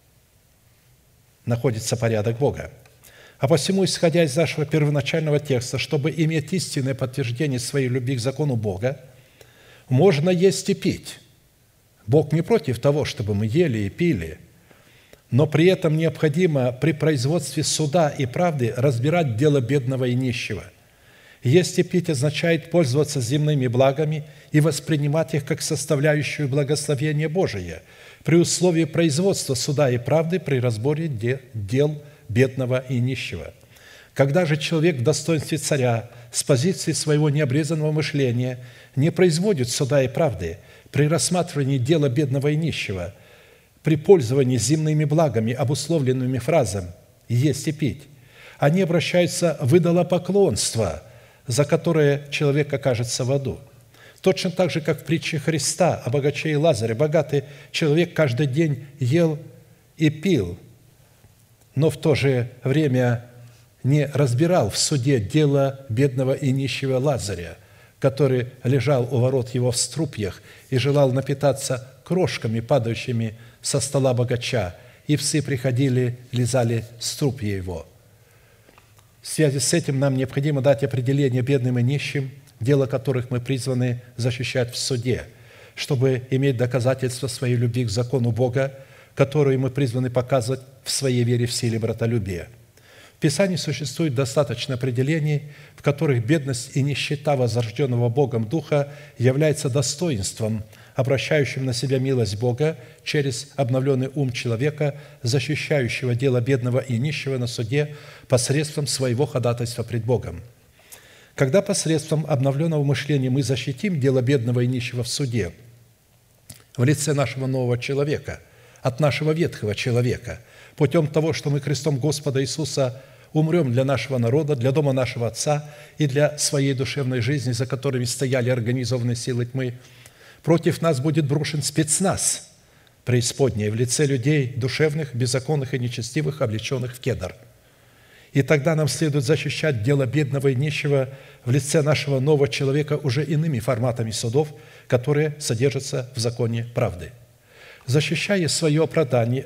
находится порядок Бога. А посему, исходя из нашего первоначального текста, чтобы иметь истинное подтверждение своей любви к закону Бога, можно есть и пить. Бог не против того, чтобы мы ели и пили, но при этом необходимо при производстве суда и правды разбирать дело бедного и нищего. Есть и пить означает пользоваться земными благами и воспринимать их как составляющую благословения Божие при условии производства суда и правды при разборе дел бедного и нищего. Когда же человек в достоинстве царя с позиции своего необрезанного мышления не производит суда и правды при рассматривании дела бедного и нищего, при пользовании земными благами, обусловленными фразом «есть и пить», они обращаются в идолопоклонство, за которое человек окажется в аду. Точно так же, как в притче Христа о богаче и Лазаре. Богатый человек каждый день ел и пил, но в то же время не разбирал в суде дело бедного и нищего Лазаря, который лежал у ворот его в струпьях и желал напитаться крошками, падающими со стола богача, и псы приходили, лизали струпья его. В связи с этим нам необходимо дать определение бедным и нищим, дело которых мы призваны защищать в суде, чтобы иметь доказательство своей любви к закону Бога, которую мы призваны показывать в своей вере в силе братолюбия. В Писании существует достаточно определений, в которых бедность и нищета возрожденного Богом Духа является достоинством, обращающим на себя милость Бога через обновленный ум человека, защищающего дело бедного и нищего на суде посредством своего ходатайства пред Богом. Когда посредством обновленного мышления мы защитим дело бедного и нищего в суде в лице нашего нового человека, от нашего ветхого человека, путем того, что мы крестом Господа Иисуса умрем для нашего народа, для дома нашего Отца и для своей душевной жизни, за которыми стояли организованные силы тьмы. Против нас будет брошен спецназ преисподней в лице людей душевных, беззаконных и нечестивых, облеченных в кедр. И тогда нам следует защищать дело бедного и нищего в лице нашего нового человека уже иными форматами судов, которые содержатся в законе правды. Защищая свое оправдание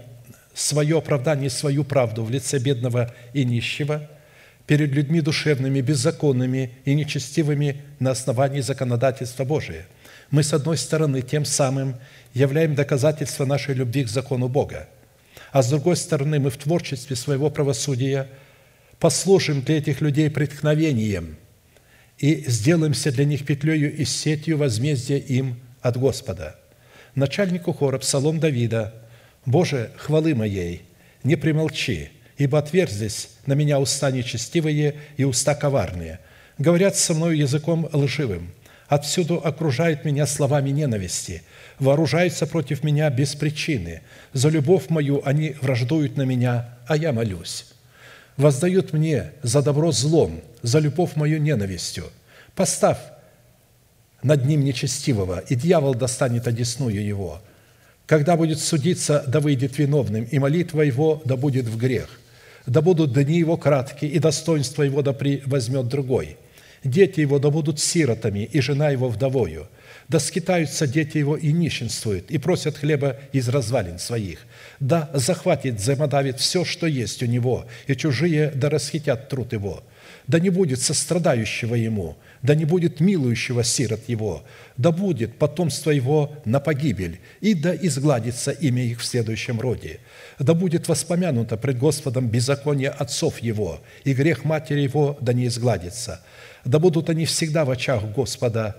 и свою правду в лице бедного и нищего перед людьми душевными, беззаконными и нечестивыми на основании законодательства Божия, мы, с одной стороны, тем самым являем доказательство нашей любви к закону Бога, а с другой стороны, мы в творчестве своего правосудия послужим для этих людей преткновением и сделаемся для них петлею и сетью возмездия им от Господа. Начальнику хора Псалом Давида: «Боже, хвалы моей, не примолчи, ибо отверзлись на меня уста нечестивые и уста коварные, говорят со мною языком лживым, отсюда окружают меня словами ненависти, вооружаются против меня без причины, за любовь мою они враждуют на меня, а я молюсь. Воздают мне за добро злом, за любовь мою ненавистью. Поставь над ним нечестивого, и дьявол достанет одесную его. Когда будет судиться, да выйдет виновным, и молитва его да будет в грех. Да будут дни его краткие, и достоинство его да возьмет другой. Дети его да будут сиротами, и жена его вдовою. Да скитаются дети его и нищенствуют, и просят хлеба из развалин своих. Да захватит, взаимодавит все, что есть у него, и чужие да расхитят труд его. Да не будет сострадающего ему, да не будет милующего сирот его, да будет потомство его на погибель, и да изгладится имя их в следующем роде. Да будет воспомянуто пред Господом беззаконие отцов его, и грех матери его да не изгладится. Да будут они всегда в очах Господа,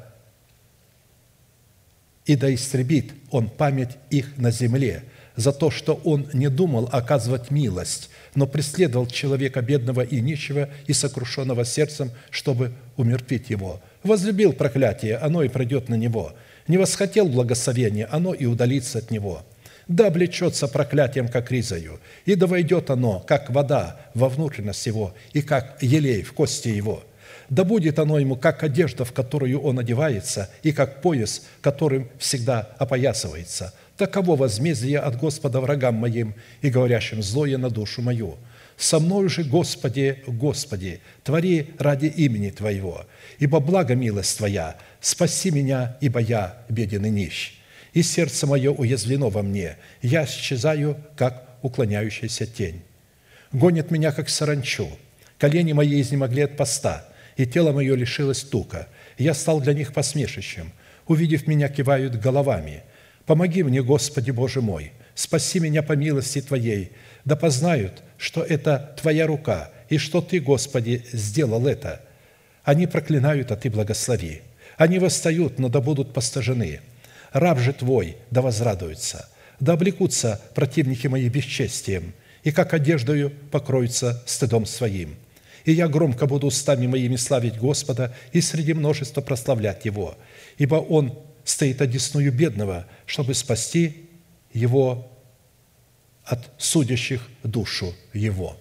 и да истребит Он память их на земле, за то, что Он не думал оказывать милость, но преследовал человека бедного и нищего и сокрушенного сердцем, чтобы умертвить его. Возлюбил проклятие, оно и придет на него. Не восхотел благословения, оно и удалится от него. Да облечется проклятием, как ризою, и да войдет оно, как вода, во внутренность его, и как елей в кости его. Да будет оно ему, как одежда, в которую он одевается, и как пояс, которым всегда опоясывается. Таково возмездие от Господа врагам моим и говорящим злое на душу мою. Со мною же, Господи, Господи, твори ради имени Твоего, ибо благо милость Твоя, спаси меня, ибо я беден и нищ. И сердце мое уязвлено во мне, я исчезаю, как уклоняющаяся тень. Гонит меня, как саранчу, колени мои изнемогли от поста, и тело мое лишилось тука. Я стал для них посмешищем. Увидев меня, кивают головами. Помоги мне, Господи Боже мой, спаси меня по милости Твоей, да познают, что это Твоя рука, и что Ты, Господи, сделал это. Они проклинают, а Ты благослови. Они восстают, но да будут постажены. Раб же Твой да возрадуется, да облекутся противники мои бесчестием, и как одеждою покроются стыдом своим. И я громко буду устами моими славить Господа и среди множества прославлять Его, ибо Он стоит одесную бедного, чтобы спасти его от судящих душу его».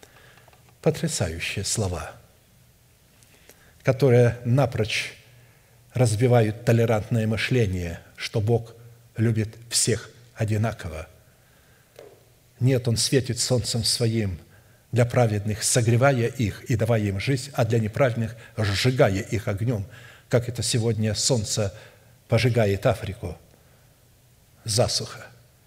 Потрясающие слова, которые напрочь разбивают толерантное мышление, что Бог любит всех одинаково. Нет, Он светит солнцем Своим для праведных, согревая их и давая им жизнь, а для неправедных сжигая их огнем, как это сегодня солнце пожигает Африку, засуха.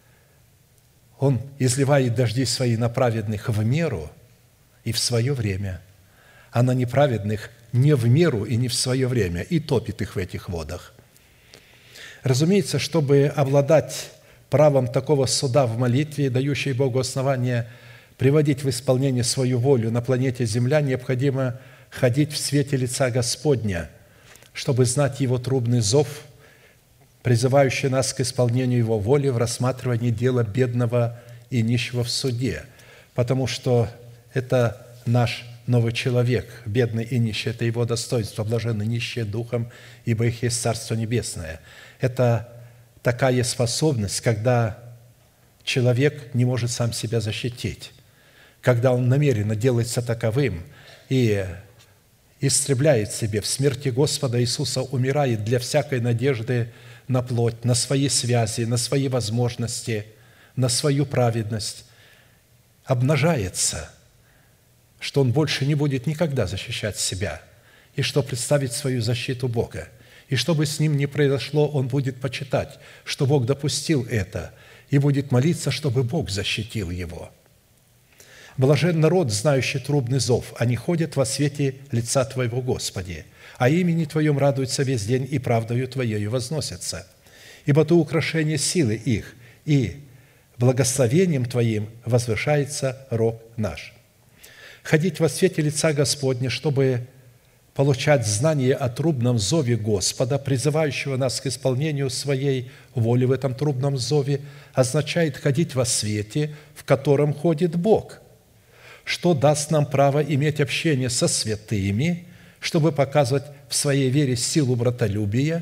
Он изливает дожди свои на праведных в меру и в свое время, а на неправедных не в меру и не в свое время, и топит их в этих водах. Разумеется, чтобы обладать правом такого суда в молитве, дающей Богу основание приводить в исполнение свою волю на планете Земля, необходимо ходить в свете лица Господня, чтобы знать Его трубный зов, призывающий нас к исполнению Его воли в рассматривании дела бедного и нищего в суде, потому что это наш новый человек, бедный и нищий – это его достоинство, блаженны нищие духом, ибо их есть Царство Небесное. Это такая способность, когда человек не может сам себя защитить, когда он намеренно делается таковым и истребляет себе в смерти Господа Иисуса, умирает для всякой надежды на плоть, на свои связи, на свои возможности, на свою праведность, обнажается, что он больше не будет никогда защищать себя, и что представить свою защиту Бога. И что бы с ним ни произошло, он будет почитать, что Бог допустил это, и будет молиться, чтобы Бог защитил его. Блажен народ, знающий трубный зов, они ходят во свете лица Твоего, Господи, а имени Твоем радуются весь день, и правдою Твоею возносятся. Ибо Ты украшение силы их, и благословением Твоим возвышается рог наш. Ходить во свете лица Господня, чтобы получать знание о трубном зове Господа, призывающего нас к исполнению Своей воли в этом трубном зове, означает ходить во свете, в котором ходит Бог, что даст нам право иметь общение со святыми, чтобы показывать в своей вере силу братолюбия,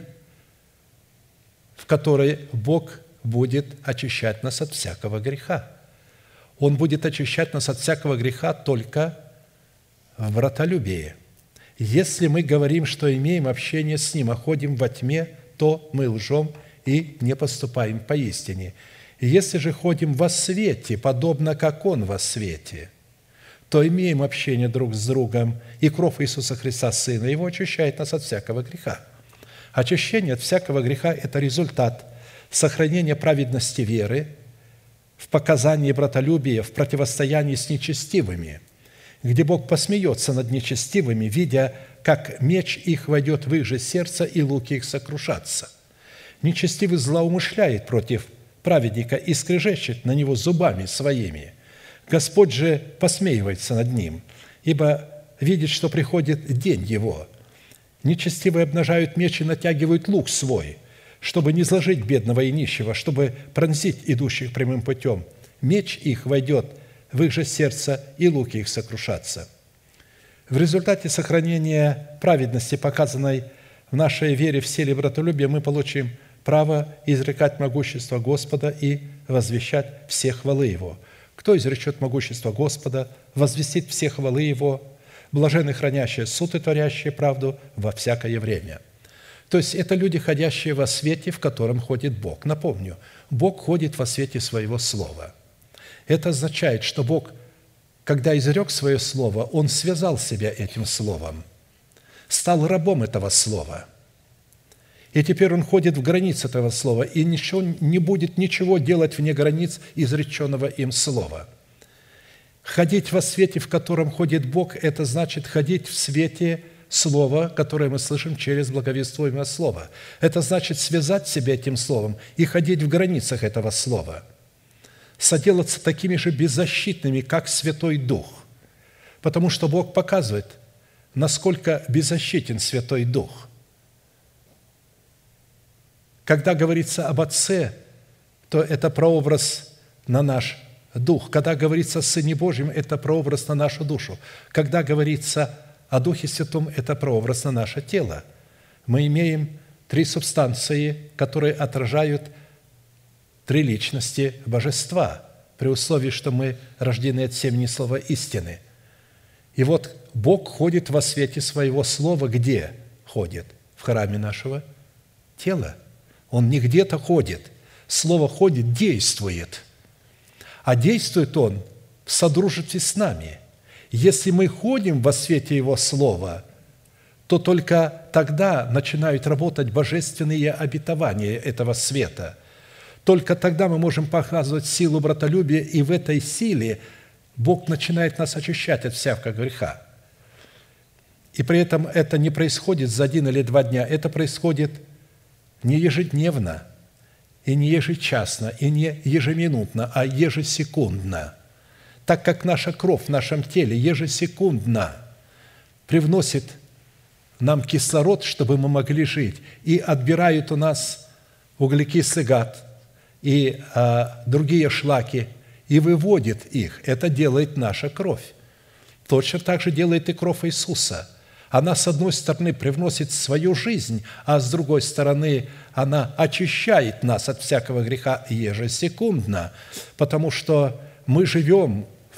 в которой Бог будет очищать нас от всякого греха. Он будет очищать нас от всякого греха только в братолюбии. Если мы говорим, что имеем общение с Ним, а ходим во тьме, то мы лжем и не поступаем поистине. Если же ходим во свете, подобно как Он во свете, то имеем общение друг с другом, и кровь Иисуса Христа, Сына Его, очищает нас от всякого греха. Очищение от всякого греха – это результат сохранения праведности веры в показании братолюбия, в противостоянии с нечестивыми, где Бог посмеется над нечестивыми, видя, как меч их войдет в их же сердце, и луки их сокрушатся. Нечестивый злоумышляет против праведника и скрежещет на него зубами своими. Господь же посмеивается над ним, ибо видит, что приходит день его. Нечестивые обнажают меч и натягивают лук свой, чтобы не зложить бедного и нищего, чтобы пронзить идущих прямым путем. Меч их войдет в их же сердце, и луки их сокрушатся. В результате сохранения праведности, показанной в нашей вере в силе братолюбия, мы получим право изрекать могущество Господа и возвещать все хвалы Его. Кто изречет могущество Господа, возвестит все хвалы Его, блаженны хранящие суд и творящие правду во всякое время. То есть это люди, ходящие во свете, в котором ходит Бог. Напомню, Бог ходит во свете Своего Слова. Это означает, что Бог, когда изрек Свое Слово, Он связал себя этим Словом, стал рабом этого Слова. И теперь Он ходит в границы этого Слова и не будет ничего делать вне границ изреченного им Слова. Ходить во свете, в котором ходит Бог, это значит ходить в свете Слова, которое мы слышим через благовествуемое Слово. Это значит связать себя этим Словом и ходить в границах этого Слова. Соделаться такими же беззащитными, как Святой Дух. Потому что Бог показывает, насколько беззащитен Святой Дух. Когда говорится об Отце, то это прообраз на наш дух. Когда говорится о Сыне Божьем, это прообраз на нашу душу. Когда говорится о Духе Святом, это прообраз на наше тело. Мы имеем три субстанции, которые отражают три личности Божества, при условии, что мы рождены от семени Слова истины. И вот Бог ходит во свете Своего Слова. Где ходит? В храме нашего тела. Он не где-то ходит. Слово ходит, действует. А действует Он в содружестве с нами. Если мы ходим во свете Его Слова, то только тогда начинают работать божественные обетования этого света. Только тогда мы можем показывать силу братолюбия, и в этой силе Бог начинает нас очищать от всякого греха. И при этом это не происходит за 1 или 2 дня, это происходит не ежедневно, и не ежечасно, и не ежеминутно, а ежесекундно. Так как наша кровь в нашем теле ежесекундно привносит нам кислород, чтобы мы могли жить, и отбирают у нас углекислый газ и другие шлаки, и выводит их. Это делает наша кровь. Точно так же делает и кровь Иисуса. Она, с одной стороны, привносит свою жизнь, а с другой стороны, она очищает нас от всякого греха ежесекундно, потому что мы живем в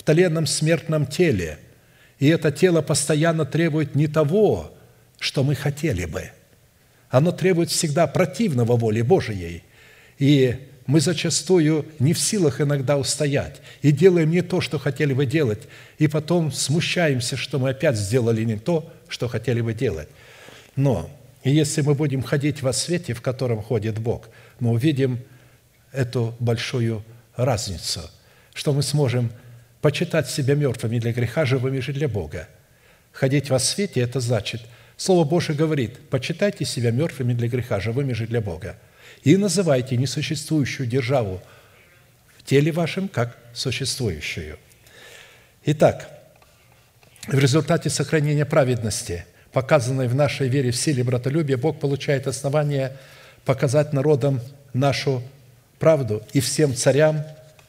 тленном смертном теле, и это тело постоянно требует не того, что мы хотели бы. Оно требует всегда противного воле Божией. И мы зачастую не в силах иногда устоять и делаем не то, что хотели бы делать, и потом смущаемся, что мы опять сделали не то, что хотели бы делать. Но если мы будем ходить во свете, в котором ходит Бог, мы увидим эту большую разницу, что мы сможем почитать себя мертвыми для греха, живыми же для Бога. Ходить во свете – это значит, Слово Божие говорит: почитайте себя мертвыми для греха, живыми же для Бога, и называйте несуществующую державу в теле вашем как существующую. Итак, в результате сохранения праведности, показанной в нашей вере в силе братолюбия, Бог получает основание показать народам нашу правду и всем царям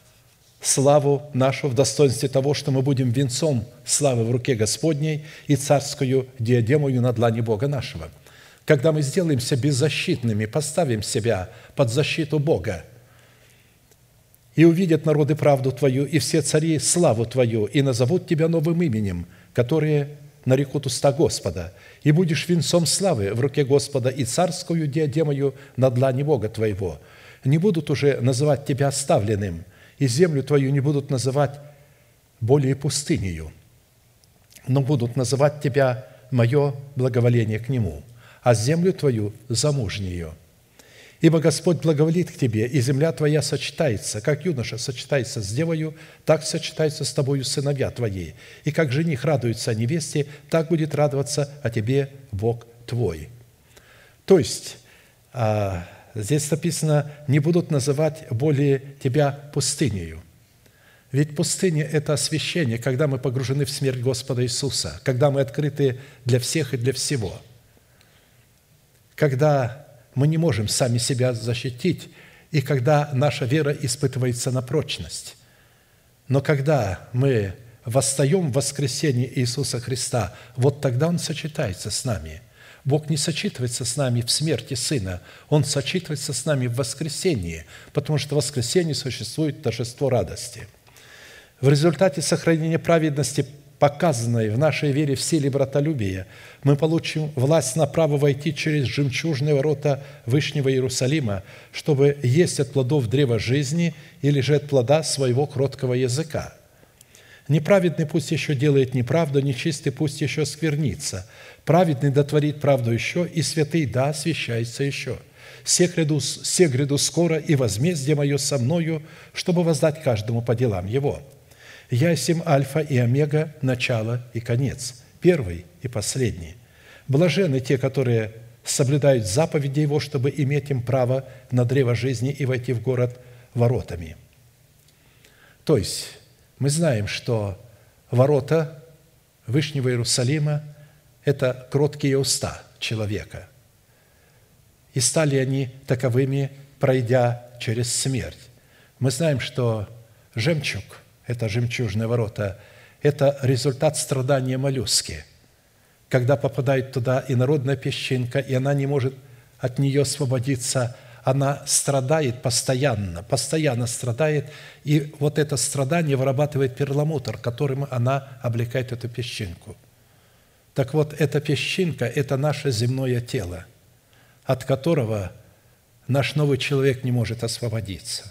славу нашу в достоинстве того, что мы будем венцом славы в руке Господней и царскую диадемою на длани Бога нашего. Когда мы сделаемся беззащитными, поставим себя под защиту Бога, и увидят народы правду Твою, и все цари славу Твою, и назовут Тебя новым именем, которые нарекут уста Господа, и будешь венцом славы в руке Господа и царскую диадемою на длани Бога Твоего. Не будут уже называть Тебя оставленным, и землю Твою не будут называть более пустынею, но будут называть Тебя мое благоволение к Нему, а землю Твою замужнею. Ибо Господь благоволит к тебе, и земля твоя сочетается, как юноша сочетается с девою, так сочетаются с тобою сыновья твои. И как жених радуется о невесте, так будет радоваться о тебе Бог твой». То есть, здесь написано: «не будут называть более тебя пустынею». Ведь пустыня – это освящение, когда мы погружены в смерть Господа Иисуса, когда мы открыты для всех и для всего, когда мы не можем сами себя защитить, и когда наша вера испытывается на прочность. Но когда мы восстаем в воскресении Иисуса Христа, вот тогда Он сочетается с нами. Бог не сочетывается с нами в смерти Сына, Он сочетывается с нами в воскресении, потому что в воскресении существует торжество радости. В результате сохранения праведности, показанной в нашей вере в силе братолюбия, мы получим власть на право войти через жемчужные ворота Вышнего Иерусалима, чтобы есть от плодов древа жизни или же от плода своего кроткого языка. Неправедный пусть еще делает неправду, нечистый пусть еще сквернится. Праведный дотворит правду еще, и святый да освящается еще. Се гряду скоро, и возмездие мое со мною, чтобы воздать каждому по делам его. Я сим Альфа и Омега, начало и конец, первый и последний. Блаженны те, которые соблюдают заповеди Его, чтобы иметь им право на древо жизни и войти в город воротами». То есть, мы знаем, что ворота Вышнего Иерусалима – это кроткие уста человека. И стали они таковыми, пройдя через смерть. Мы знаем, что жемчуг – это жемчужные ворота, это результат страдания моллюски. Когда попадает туда инородная песчинка, и она не может от нее освободиться, она страдает постоянно страдает, и вот это страдание вырабатывает перламутр, которым она облекает эту песчинку. Так вот, эта песчинка – это наше земное тело, от которого наш новый человек не может освободиться.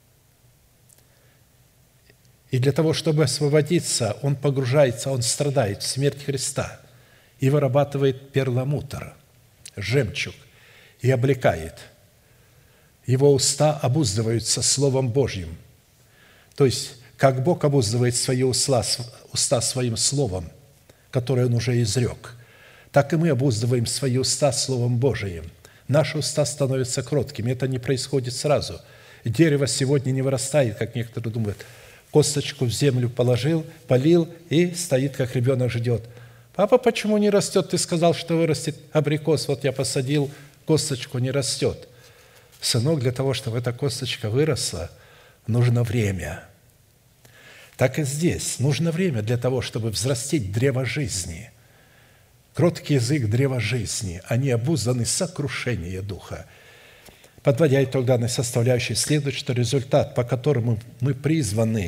И для того, чтобы освободиться, он погружается, он страдает в смерть Христа и вырабатывает перламутр, жемчуг, и облекает. Его уста обуздываются Словом Божьим. То есть, как Бог обуздывает свои уста Своим Словом, которое Он уже изрек, так и мы обуздываем свои уста Словом Божиим. Наши уста становятся кроткими. Это не происходит сразу. Дерево сегодня не вырастает, как некоторые думают. Косточку в землю положил, полил и стоит, как ребенок ждет. «Папа, почему не растет? Ты сказал, что вырастет абрикос. Вот я посадил, косточку не растет». Сынок, для того, чтобы эта косточка выросла, нужно время. Так и здесь. Нужно время для того, чтобы взрастить древо жизни. Кроткий язык древа жизни. Они обузданы сокрушения духа. Подводя итог данной составляющей, следует, что результат, по которому мы призваны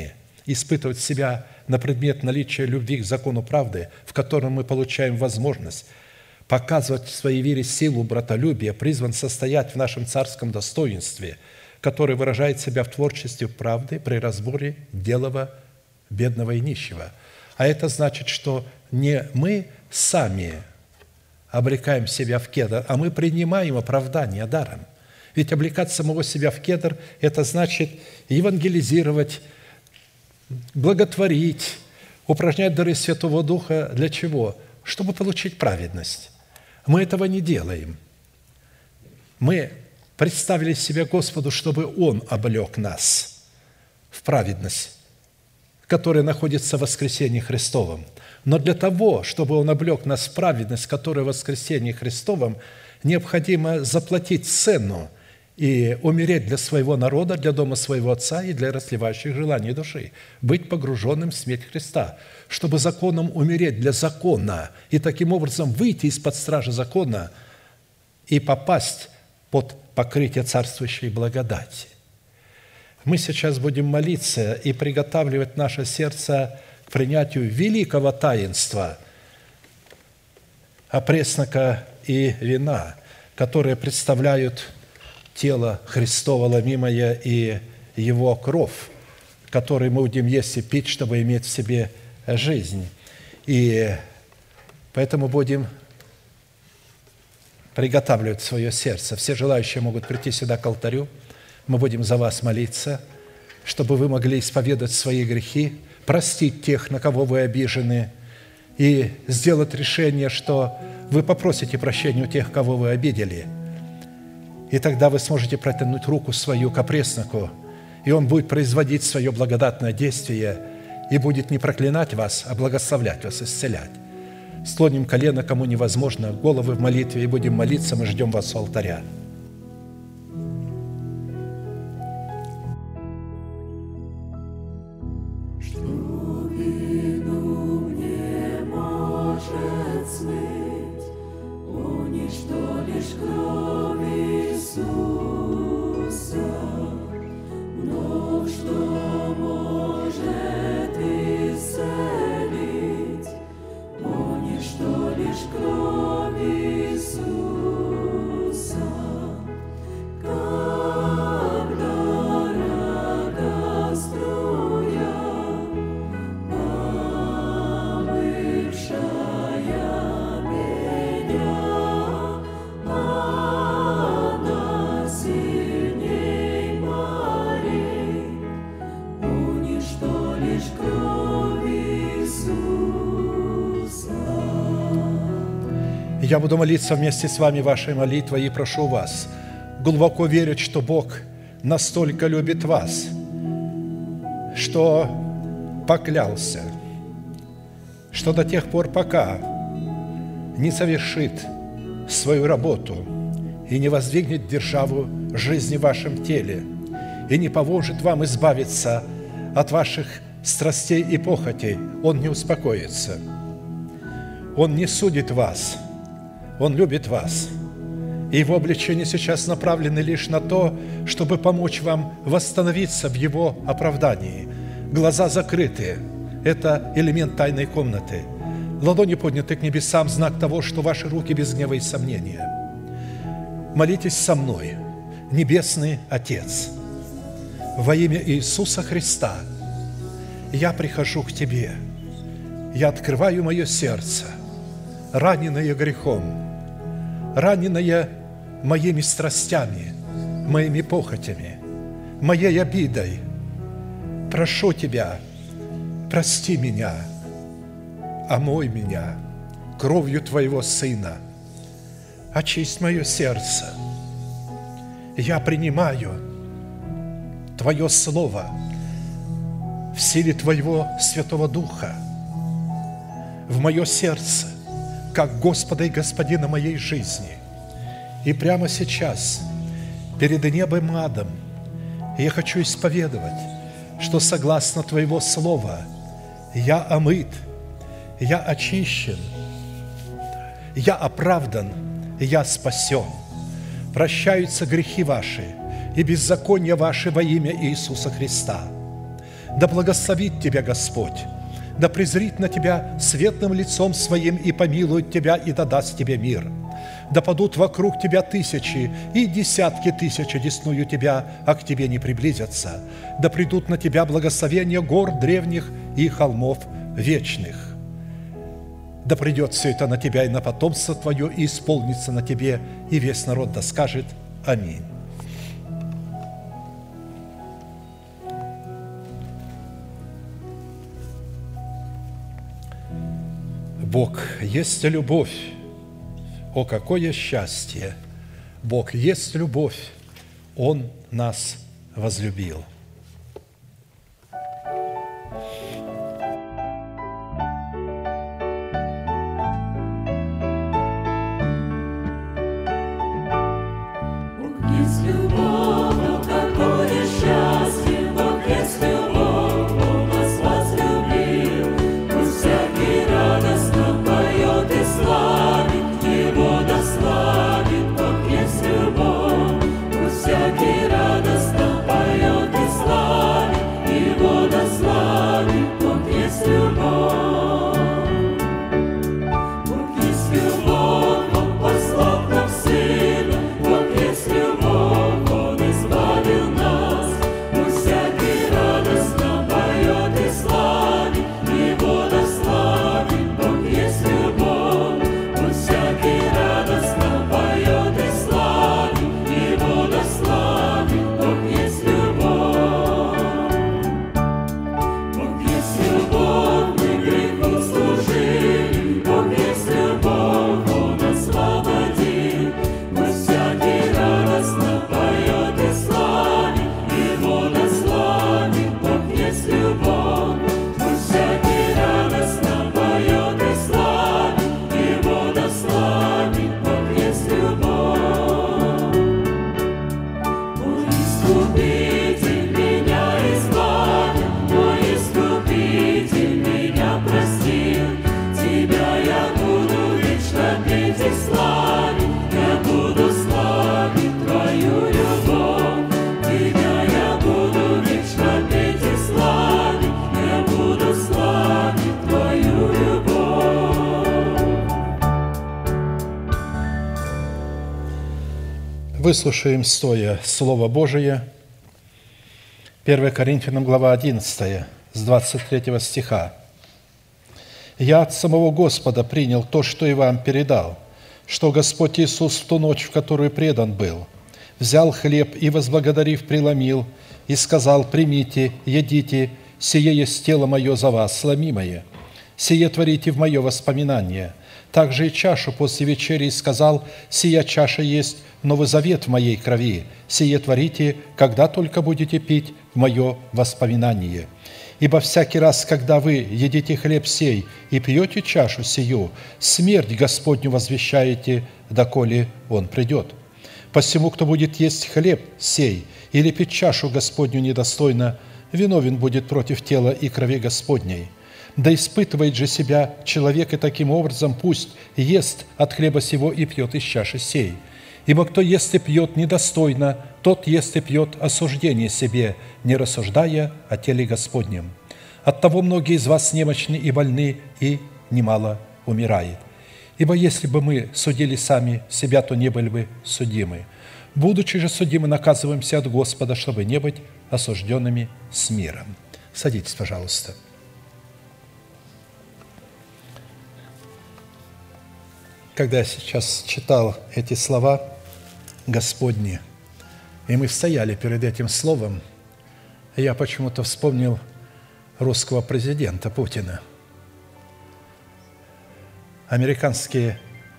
испытывать себя на предмет наличия любви к закону правды, в котором мы получаем возможность показывать в своей вере силу братолюбия, призван состоять в нашем царском достоинстве, который выражает себя в творчестве правды при разборе делова бедного и нищего. А это значит, что не мы сами облекаем себя в кедр, а мы принимаем оправдание даром. Ведь облекать самого себя в кедр – это значит евангелизировать, благотворить, упражнять дары Святого Духа. Для чего? Чтобы получить праведность. Мы этого не делаем. Мы представили себя Господу, чтобы Он облек нас в праведность, которая находится в воскресении Христовом. Но для того, чтобы Он облек нас в праведность, которая в воскресении Христовом, необходимо заплатить цену и умереть для своего народа, для дома своего Отца и для расливающих желаний души, быть погруженным в смерть Христа, чтобы законом умереть для закона и таким образом выйти из-под стражи закона и попасть под покрытие царствующей благодати. Мы сейчас будем молиться и приготавливать наше сердце к принятию великого таинства опреснока и вина, которые представляют тело Христово ломимое и Его кровь, который мы будем есть и пить, чтобы иметь в себе жизнь. И поэтому будем приготавливать свое сердце. Все желающие могут прийти сюда к алтарю. Мы будем за вас молиться, чтобы вы могли исповедать свои грехи, простить тех, на кого вы обижены, и сделать решение, что вы попросите прощения у тех, кого вы обидели. И тогда вы сможете протянуть руку свою к опресноку, и он будет производить свое благодатное действие и будет не проклинать вас, а благословлять вас, исцелять. Склоним колено, кому невозможно, головы в молитве, и будем молиться, мы ждем вас у алтаря. Я буду молиться вместе с вами вашей молитвой и прошу вас глубоко верить, что Бог настолько любит вас, что поклялся, что до тех пор, пока не совершит свою работу и не воздвигнет державу жизни в вашем теле и не поможет вам избавиться от ваших страстей и похотей, Он не успокоится. Он не судит вас, Он любит вас. И Его обличения сейчас направлены лишь на то, чтобы помочь вам восстановиться в Его оправдании. Глаза закрыты – это элемент тайной комнаты. Ладони подняты к небесам – знак того, что ваши руки без гнева и сомнения. Молитесь со мной, Небесный Отец, во имя Иисуса Христа я прихожу к Тебе, я открываю мое сердце, раненное грехом, раненное моими страстями, моими похотями, моей обидой. Прошу Тебя, прости меня, омой меня кровью Твоего Сына, очисть мое сердце. Я принимаю Твое Слово в силе Твоего Святого Духа в мое сердце, как Господа и Господина моей жизни. И прямо сейчас, перед небом и адом, я хочу исповедовать, что согласно Твоего Слова я омыт, я очищен, я оправдан, я спасен. Прощаются грехи ваши и беззакония ваши во имя Иисуса Христа. Да благословит тебя Господь, да презрит на тебя светлым лицом Своим и помилует тебя, и да даст тебе мир. Да падут вокруг тебя тысячи и десятки тысяч одесную тебя, а к тебе не приблизятся. Да придут на тебя благословения гор древних и холмов вечных. Да придет все это на тебя и на потомство твое, и исполнится на тебе, и весь народ да скажет аминь. Бог есть любовь. О, какое счастье! Бог есть любовь. Он нас возлюбил. Выслушаем стоя Слово Божие. 1 Коринфянам, глава 11, с 23 стиха. «Я от самого Господа принял то, что и вам передал, что Господь Иисус в ту ночь, в которую предан был, взял хлеб и, возблагодарив, преломил, и сказал: примите, едите, сие есть тело мое за вас, сломимое. Сие творите в мое воспоминание. Также и чашу после вечери и сказал: сия чаша есть новый завет в моей крови. Сие творите, когда только будете пить в мое воспоминание. Ибо всякий раз, когда вы едите хлеб сей и пьете чашу сию, смерть Господню возвещаете, доколе Он придет. Посему, кто будет есть хлеб сей или пить чашу Господню недостойно, виновен будет против тела и крови Господней. Да испытывает же себя человек, и таким образом пусть ест от хлеба сего и пьет из чаши сей. Ибо кто ест и пьет недостойно, тот ест и пьет осуждение себе, не рассуждая о теле Господнем. Оттого многие из вас немощны и больны, и немало умирает. Ибо если бы мы судили сами себя, то не были бы судимы. Будучи же судимы, наказываемся от Господа, чтобы не быть осужденными с миром». Садитесь, пожалуйста. Когда я сейчас читал эти слова Господни, и мы стояли перед этим словом, я почему-то вспомнил русского президента Путина. Американский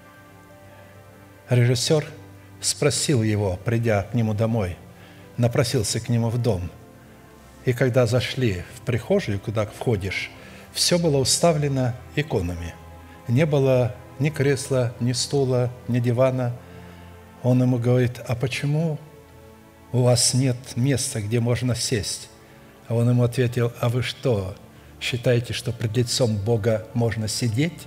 режиссер спросил его, придя к нему домой, напросился к нему в дом. И когда зашли в прихожую, куда входишь, все было уставлено иконами. Не было ни кресла, ни стула, ни дивана. Он ему говорит: а почему у вас нет места, где можно сесть? А он ему ответил: а вы что, считаете, что пред лицом Бога можно сидеть?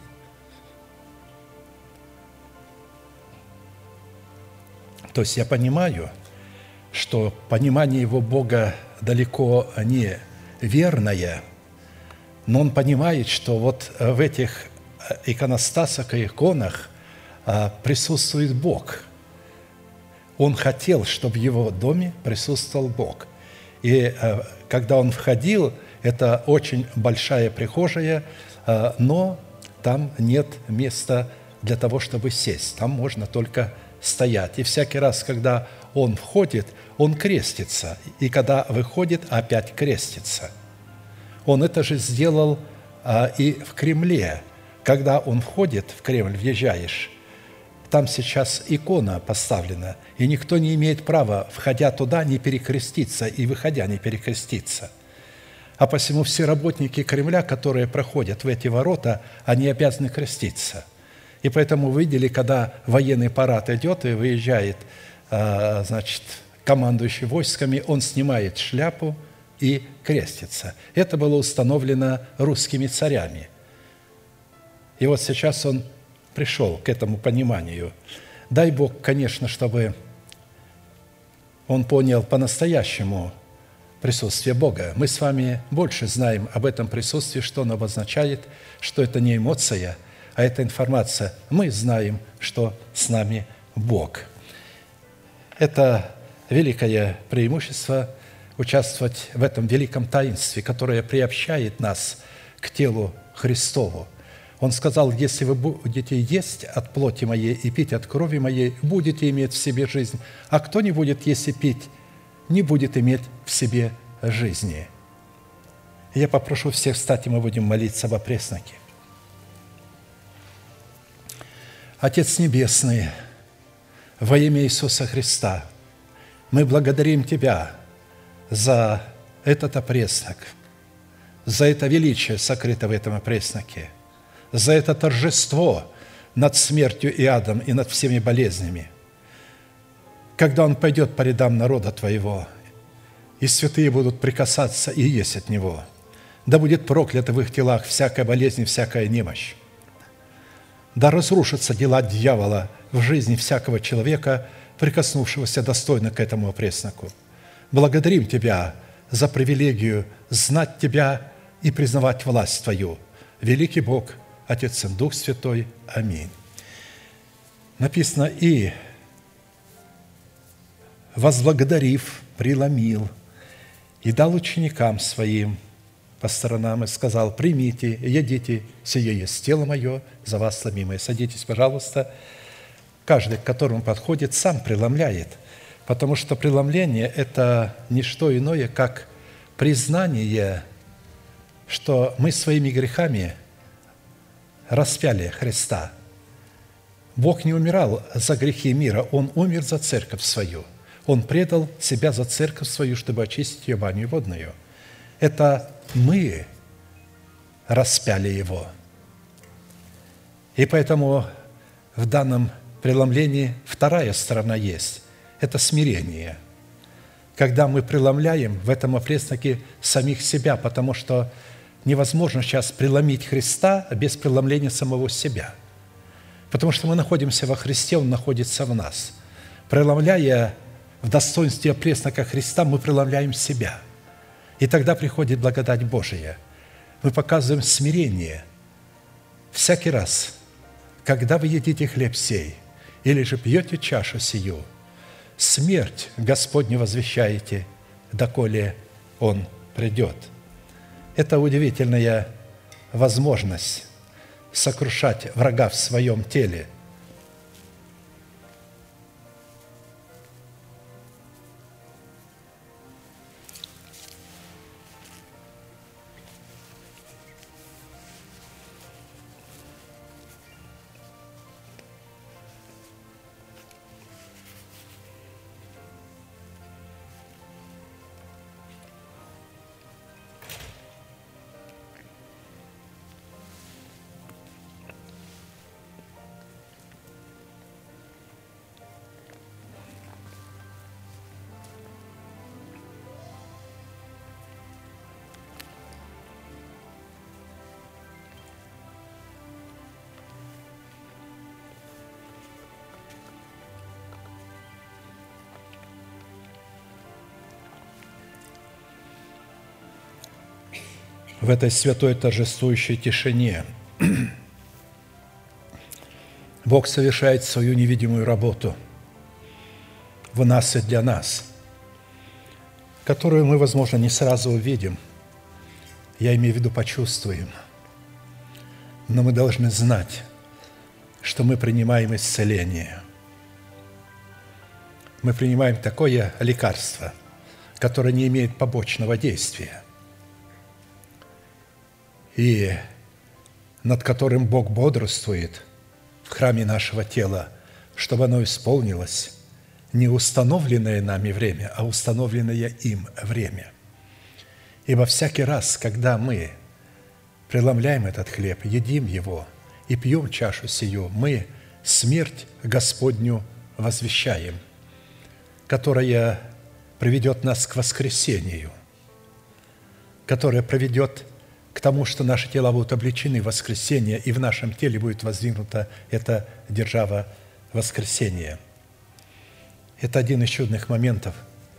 То есть я понимаю, что понимание его Бога далеко не верное. Но он понимает, что вот в этих иконостасах и иконах присутствует Бог. Он хотел, чтобы в его доме присутствовал Бог. И когда он входил, это очень большая прихожая, но там нет места для того, чтобы сесть. Там можно только стоять. И всякий раз, когда он входит, он крестится. И когда выходит, опять крестится. Он это же сделал и в Кремле. Когда он входит в Кремль, въезжаешь, там сейчас икона поставлена, и никто не имеет права, входя туда, не перекреститься, и выходя не перекреститься. А посему все работники Кремля, которые проходят в эти ворота, они обязаны креститься. И поэтому вы видели, когда военный парад идет и выезжает, командующий войсками, он снимает шляпу и крестится. Это было установлено русскими царями. И вот сейчас он пришел к этому пониманию. Дай Бог, конечно, чтобы он понял по-настоящему присутствие Бога. Мы с вами больше знаем об этом присутствии, что оно обозначает, что это не эмоция, а это информация. Мы знаем, что с нами Бог. Это великое преимущество участвовать в этом великом таинстве, которое приобщает нас к телу Христову. Он сказал: если вы будете есть от плоти моей и пить от крови моей, будете иметь в себе жизнь, а кто не будет есть и пить, не будет иметь в себе жизни. Я попрошу всех встать, и мы будем молиться об опресноке. Отец Небесный, во имя Иисуса Христа, мы благодарим Тебя за этот опреснок, за это величие, сокрыто в этом опресноке, за это торжество над смертью и адом и над всеми болезнями. Когда Он пойдет по рядам народа Твоего, и святые будут прикасаться и есть от Него, да будет проклята в их телах всякая болезнь и всякая немощь. Да разрушатся дела дьявола в жизни всякого человека, прикоснувшегося достойно к этому опресноку. Благодарим Тебя за привилегию знать Тебя и признавать власть Твою. Великий Бог, Отец и Дух Святой. Аминь. Написано: «И, возблагодарив, преломил и дал ученикам Своим по сторонам и сказал: примите, едите, сие есть тело Мое, за вас сломимое». Садитесь, пожалуйста. Каждый, к которому подходит, сам преломляет, потому что преломление – это не что иное, как признание, что мы своими грехами распяли Христа. Бог не умирал за грехи мира, Он умер за церковь свою. Он предал себя за церковь свою, чтобы очистить ее баню водную. Это мы распяли Его. И поэтому в данном преломлении вторая сторона есть. Это смирение. Когда мы преломляем в этом опресноке самих себя, потому что невозможно сейчас преломить Христа без преломления самого себя. Потому что мы находимся во Христе, Он находится в нас. Преломляя в достоинстве опреснока Христа, мы преломляем себя. И тогда приходит благодать Божия. Мы показываем смирение. Всякий раз, когда вы едите хлеб сей, или же пьете чашу сию, смерть Господню возвещаете, доколе Он придет. Это удивительная возможность сокрушать врага в своем теле. в этой святой торжествующей тишине Бог совершает свою невидимую работу в нас и для нас, которую мы, возможно, не сразу увидим, я имею в виду почувствуем, но мы должны знать, что мы принимаем исцеление. Мы принимаем такое лекарство, которое не имеет побочного действия, и над которым Бог бодрствует в храме нашего тела, чтобы оно исполнилось не установленное нами время, а установленное им время. Ибо всякий раз, когда мы преломляем этот хлеб, едим его и пьем чашу сию, мы смерть Господню возвещаем, которая приведет нас к воскресению, которая приведет к тому, что наши тела будут облечены в воскресение, и в нашем теле будет воздвигнута эта держава воскресения. Это один из чудных моментов,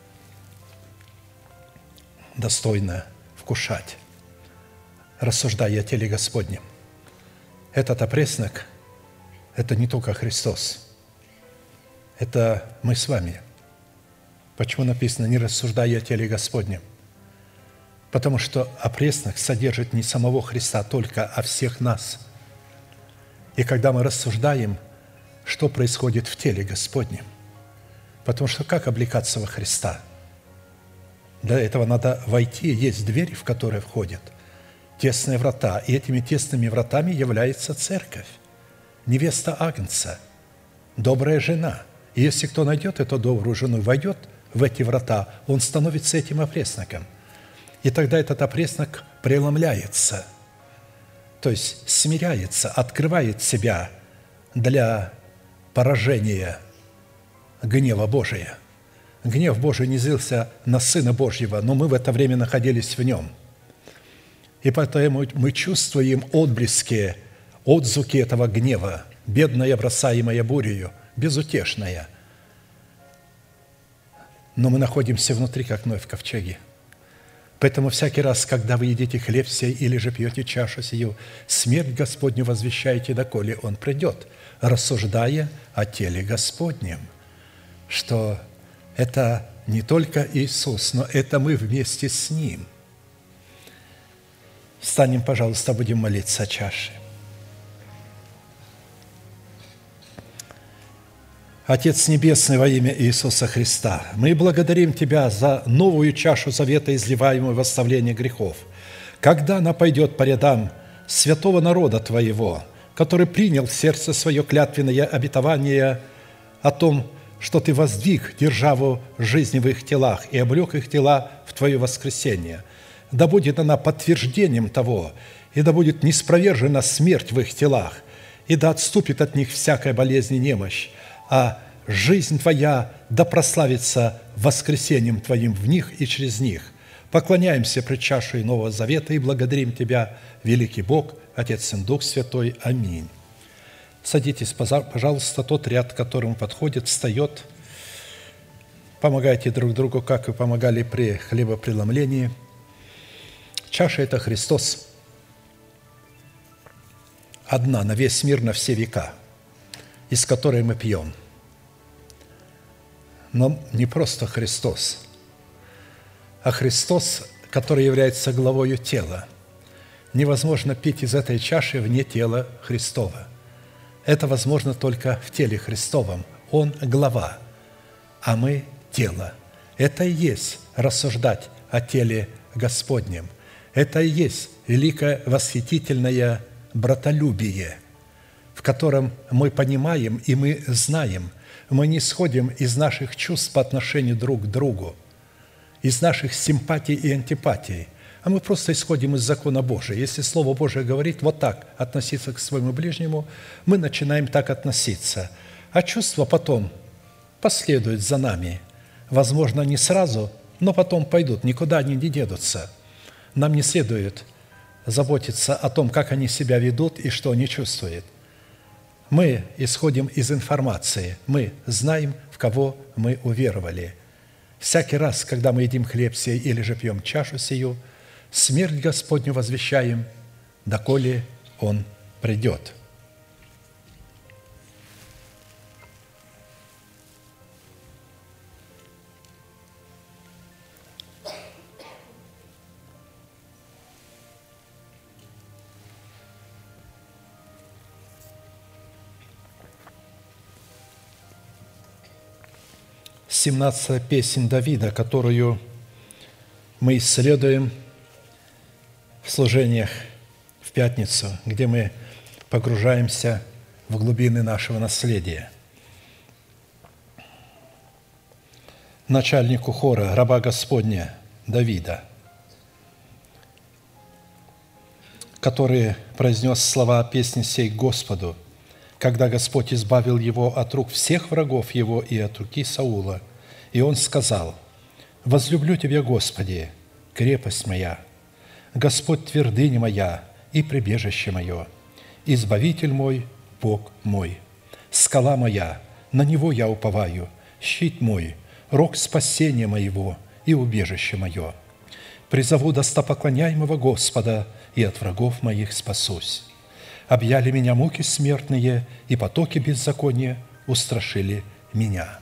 достойно вкушать, рассуждая о теле Господнем. Этот опреснок – это не только Христос, это мы с вами. Почему написано «не рассуждая о теле Господнем»? Потому что опреснок содержит не самого Христа только, а всех нас. И когда мы рассуждаем, что происходит в теле Господнем, потому что как облекаться во Христа? Для этого надо войти, есть двери, в которые входят тесные врата, и этими тесными вратами является церковь, невеста Агнца, добрая жена. И если кто найдет эту добрую жену, войдет в эти врата, он становится этим опресноком. И тогда этот опреснок преломляется, то есть смиряется, открывает себя для поражения гнева Божия. Гнев Божий не злился на Сына Божьего, но мы в это время находились в Нем. И поэтому мы чувствуем отблески, отзвуки этого гнева, бедная, бросаемая бурею, безутешная. Но мы находимся внутри, как Ной в ковчеге. Поэтому всякий раз, когда вы едите хлеб сей или же пьете чашу сию, смерть Господню возвещаете, доколе Он придет, рассуждая о теле Господнем, что это не только Иисус, но это мы вместе с Ним. Встанем, пожалуйста, будем молиться о чаше. Отец Небесный, во имя Иисуса Христа, мы благодарим Тебя за новую чашу завета, изливаемую в оставление грехов. Когда она пойдет по рядам святого народа Твоего, который принял в сердце свое клятвенное обетование о том, что Ты воздвиг державу жизни в их телах и облег их тела в Твое воскресение, да будет она подтверждением того, и да будет неспровержена смерть в их телах, и да отступит от них всякая болезнь и немощь, а жизнь Твоя да прославится воскресением Твоим в них и через них. Поклоняемся пред чашей Нового Завета и благодарим Тебя, великий Бог, Отец, Сын, Дух Святой. Аминь. Садитесь, пожалуйста, тот ряд, к которому подходит, встает. Помогайте друг другу, как вы помогали при хлебопреломлении. Чаша – это Христос. Одна на весь мир, на все века, из которой мы пьем. Но не просто Христос, а Христос, который является главою тела. Невозможно пить из этой чаши вне тела Христова. Это возможно только в теле Христовом. Он – глава, а мы – тело. Это и есть рассуждать о теле Господнем. Это и есть великое восхитительное братолюбие, в котором мы понимаем и мы знаем, мы не сходим из наших чувств по отношению друг к другу, из наших симпатий и антипатий, а мы просто исходим из закона Божия. Если Слово Божие говорит вот так относиться к своему ближнему, мы начинаем так относиться, а чувства потом последуют за нами. Возможно, не сразу, но потом пойдут, никуда они не денутся. Нам не следует заботиться о том, как они себя ведут и что они чувствуют. Мы исходим из информации, мы знаем, в кого мы уверовали. Всякий раз, когда мы едим хлеб сей или же пьем чашу сию, смерть Господню возвещаем, доколе Он придет». Семнадцатая песнь Давида, которую мы исследуем в служениях в пятницу, где мы погружаемся в глубины нашего наследия. Начальнику хора, раба Господня Давида, который произнес слова песни сей Господу, когда Господь избавил его от рук всех врагов его и от руки Саула. И он сказал: «Возлюблю Тебя, Господи, крепость моя, Господь твердыня моя и прибежище мое, Избавитель мой, Бог мой, скала моя, на Него я уповаю, щит мой, рог спасения моего и убежище мое. Призову достопоклоняемого Господа, и от врагов моих спасусь. Объяли меня муки смертные, и потоки беззакония устрашили меня».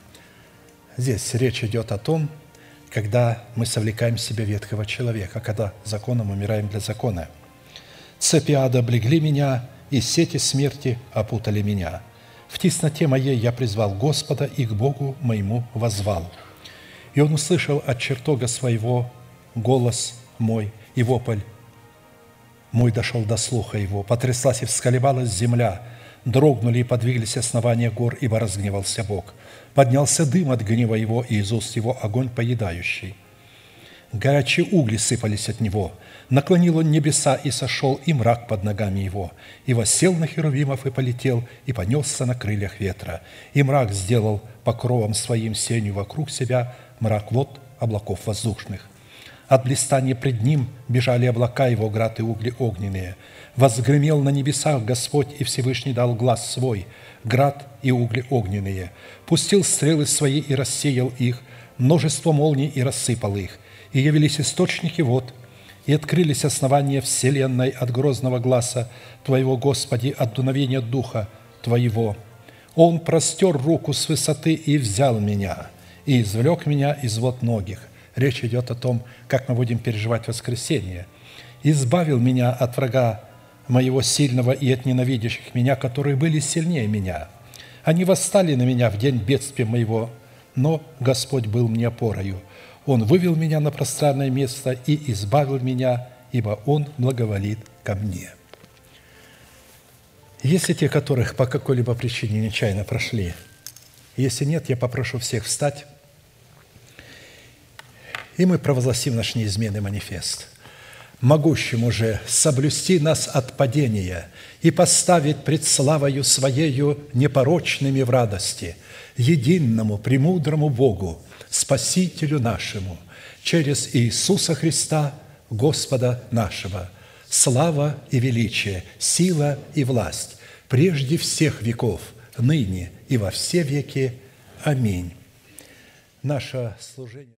Здесь речь идет о том, когда мы совлекаем в себя ветхого человека, когда законом умираем для закона. «Цепи ада облегли меня, и сети смерти опутали меня. В тесноте моей я призвал Господа, и к Богу моему воззвал. И Он услышал от чертога своего голос мой, и вопль мой дошел до слуха его. Потряслась и всколебалась земля, дрогнули и подвиглись основания гор, ибо разгневался Бог. Поднялся дым от гнева его, и из уст его огонь поедающий. Горячие угли сыпались от него. Наклонил он небеса, и сошел, и мрак под ногами его. И воссел на херувимов, и полетел, и понесся на крыльях ветра. И мрак сделал покровом своим сенью вокруг себя, мрак вод облаков воздушных. От блистания пред ним бежали облака его, град и угли огненные. Возгремел на небесах Господь, и Всевышний дал глас свой, град и угли огненные. Пустил стрелы свои и рассеял их, множество молний и рассыпал их. И явились источники вод, и открылись основания вселенной от грозного гласа Твоего, Господи, от дуновения Духа Твоего. Он простер руку с высоты и взял меня, и извлек меня из вод многих». Речь идет о том, как мы будем переживать воскресение. «Избавил меня от врага моего сильного и от ненавидящих меня, которые были сильнее меня. Они восстали на меня в день бедствия моего, но Господь был мне опорою. Он вывел меня на пространное место и избавил меня, ибо Он благоволит ко мне». Есть ли те, которых по какой-либо причине нечаянно прошли? Если нет, я попрошу всех встать, и мы провозгласим наш неизменный манифест. «Могущему же соблюсти нас от падения и поставить пред славою Своею непорочными в радости, единому, премудрому Богу, Спасителю нашему, через Иисуса Христа, Господа нашего, слава и величие, сила и власть, прежде всех веков, ныне и во все веки. Аминь». Наше служение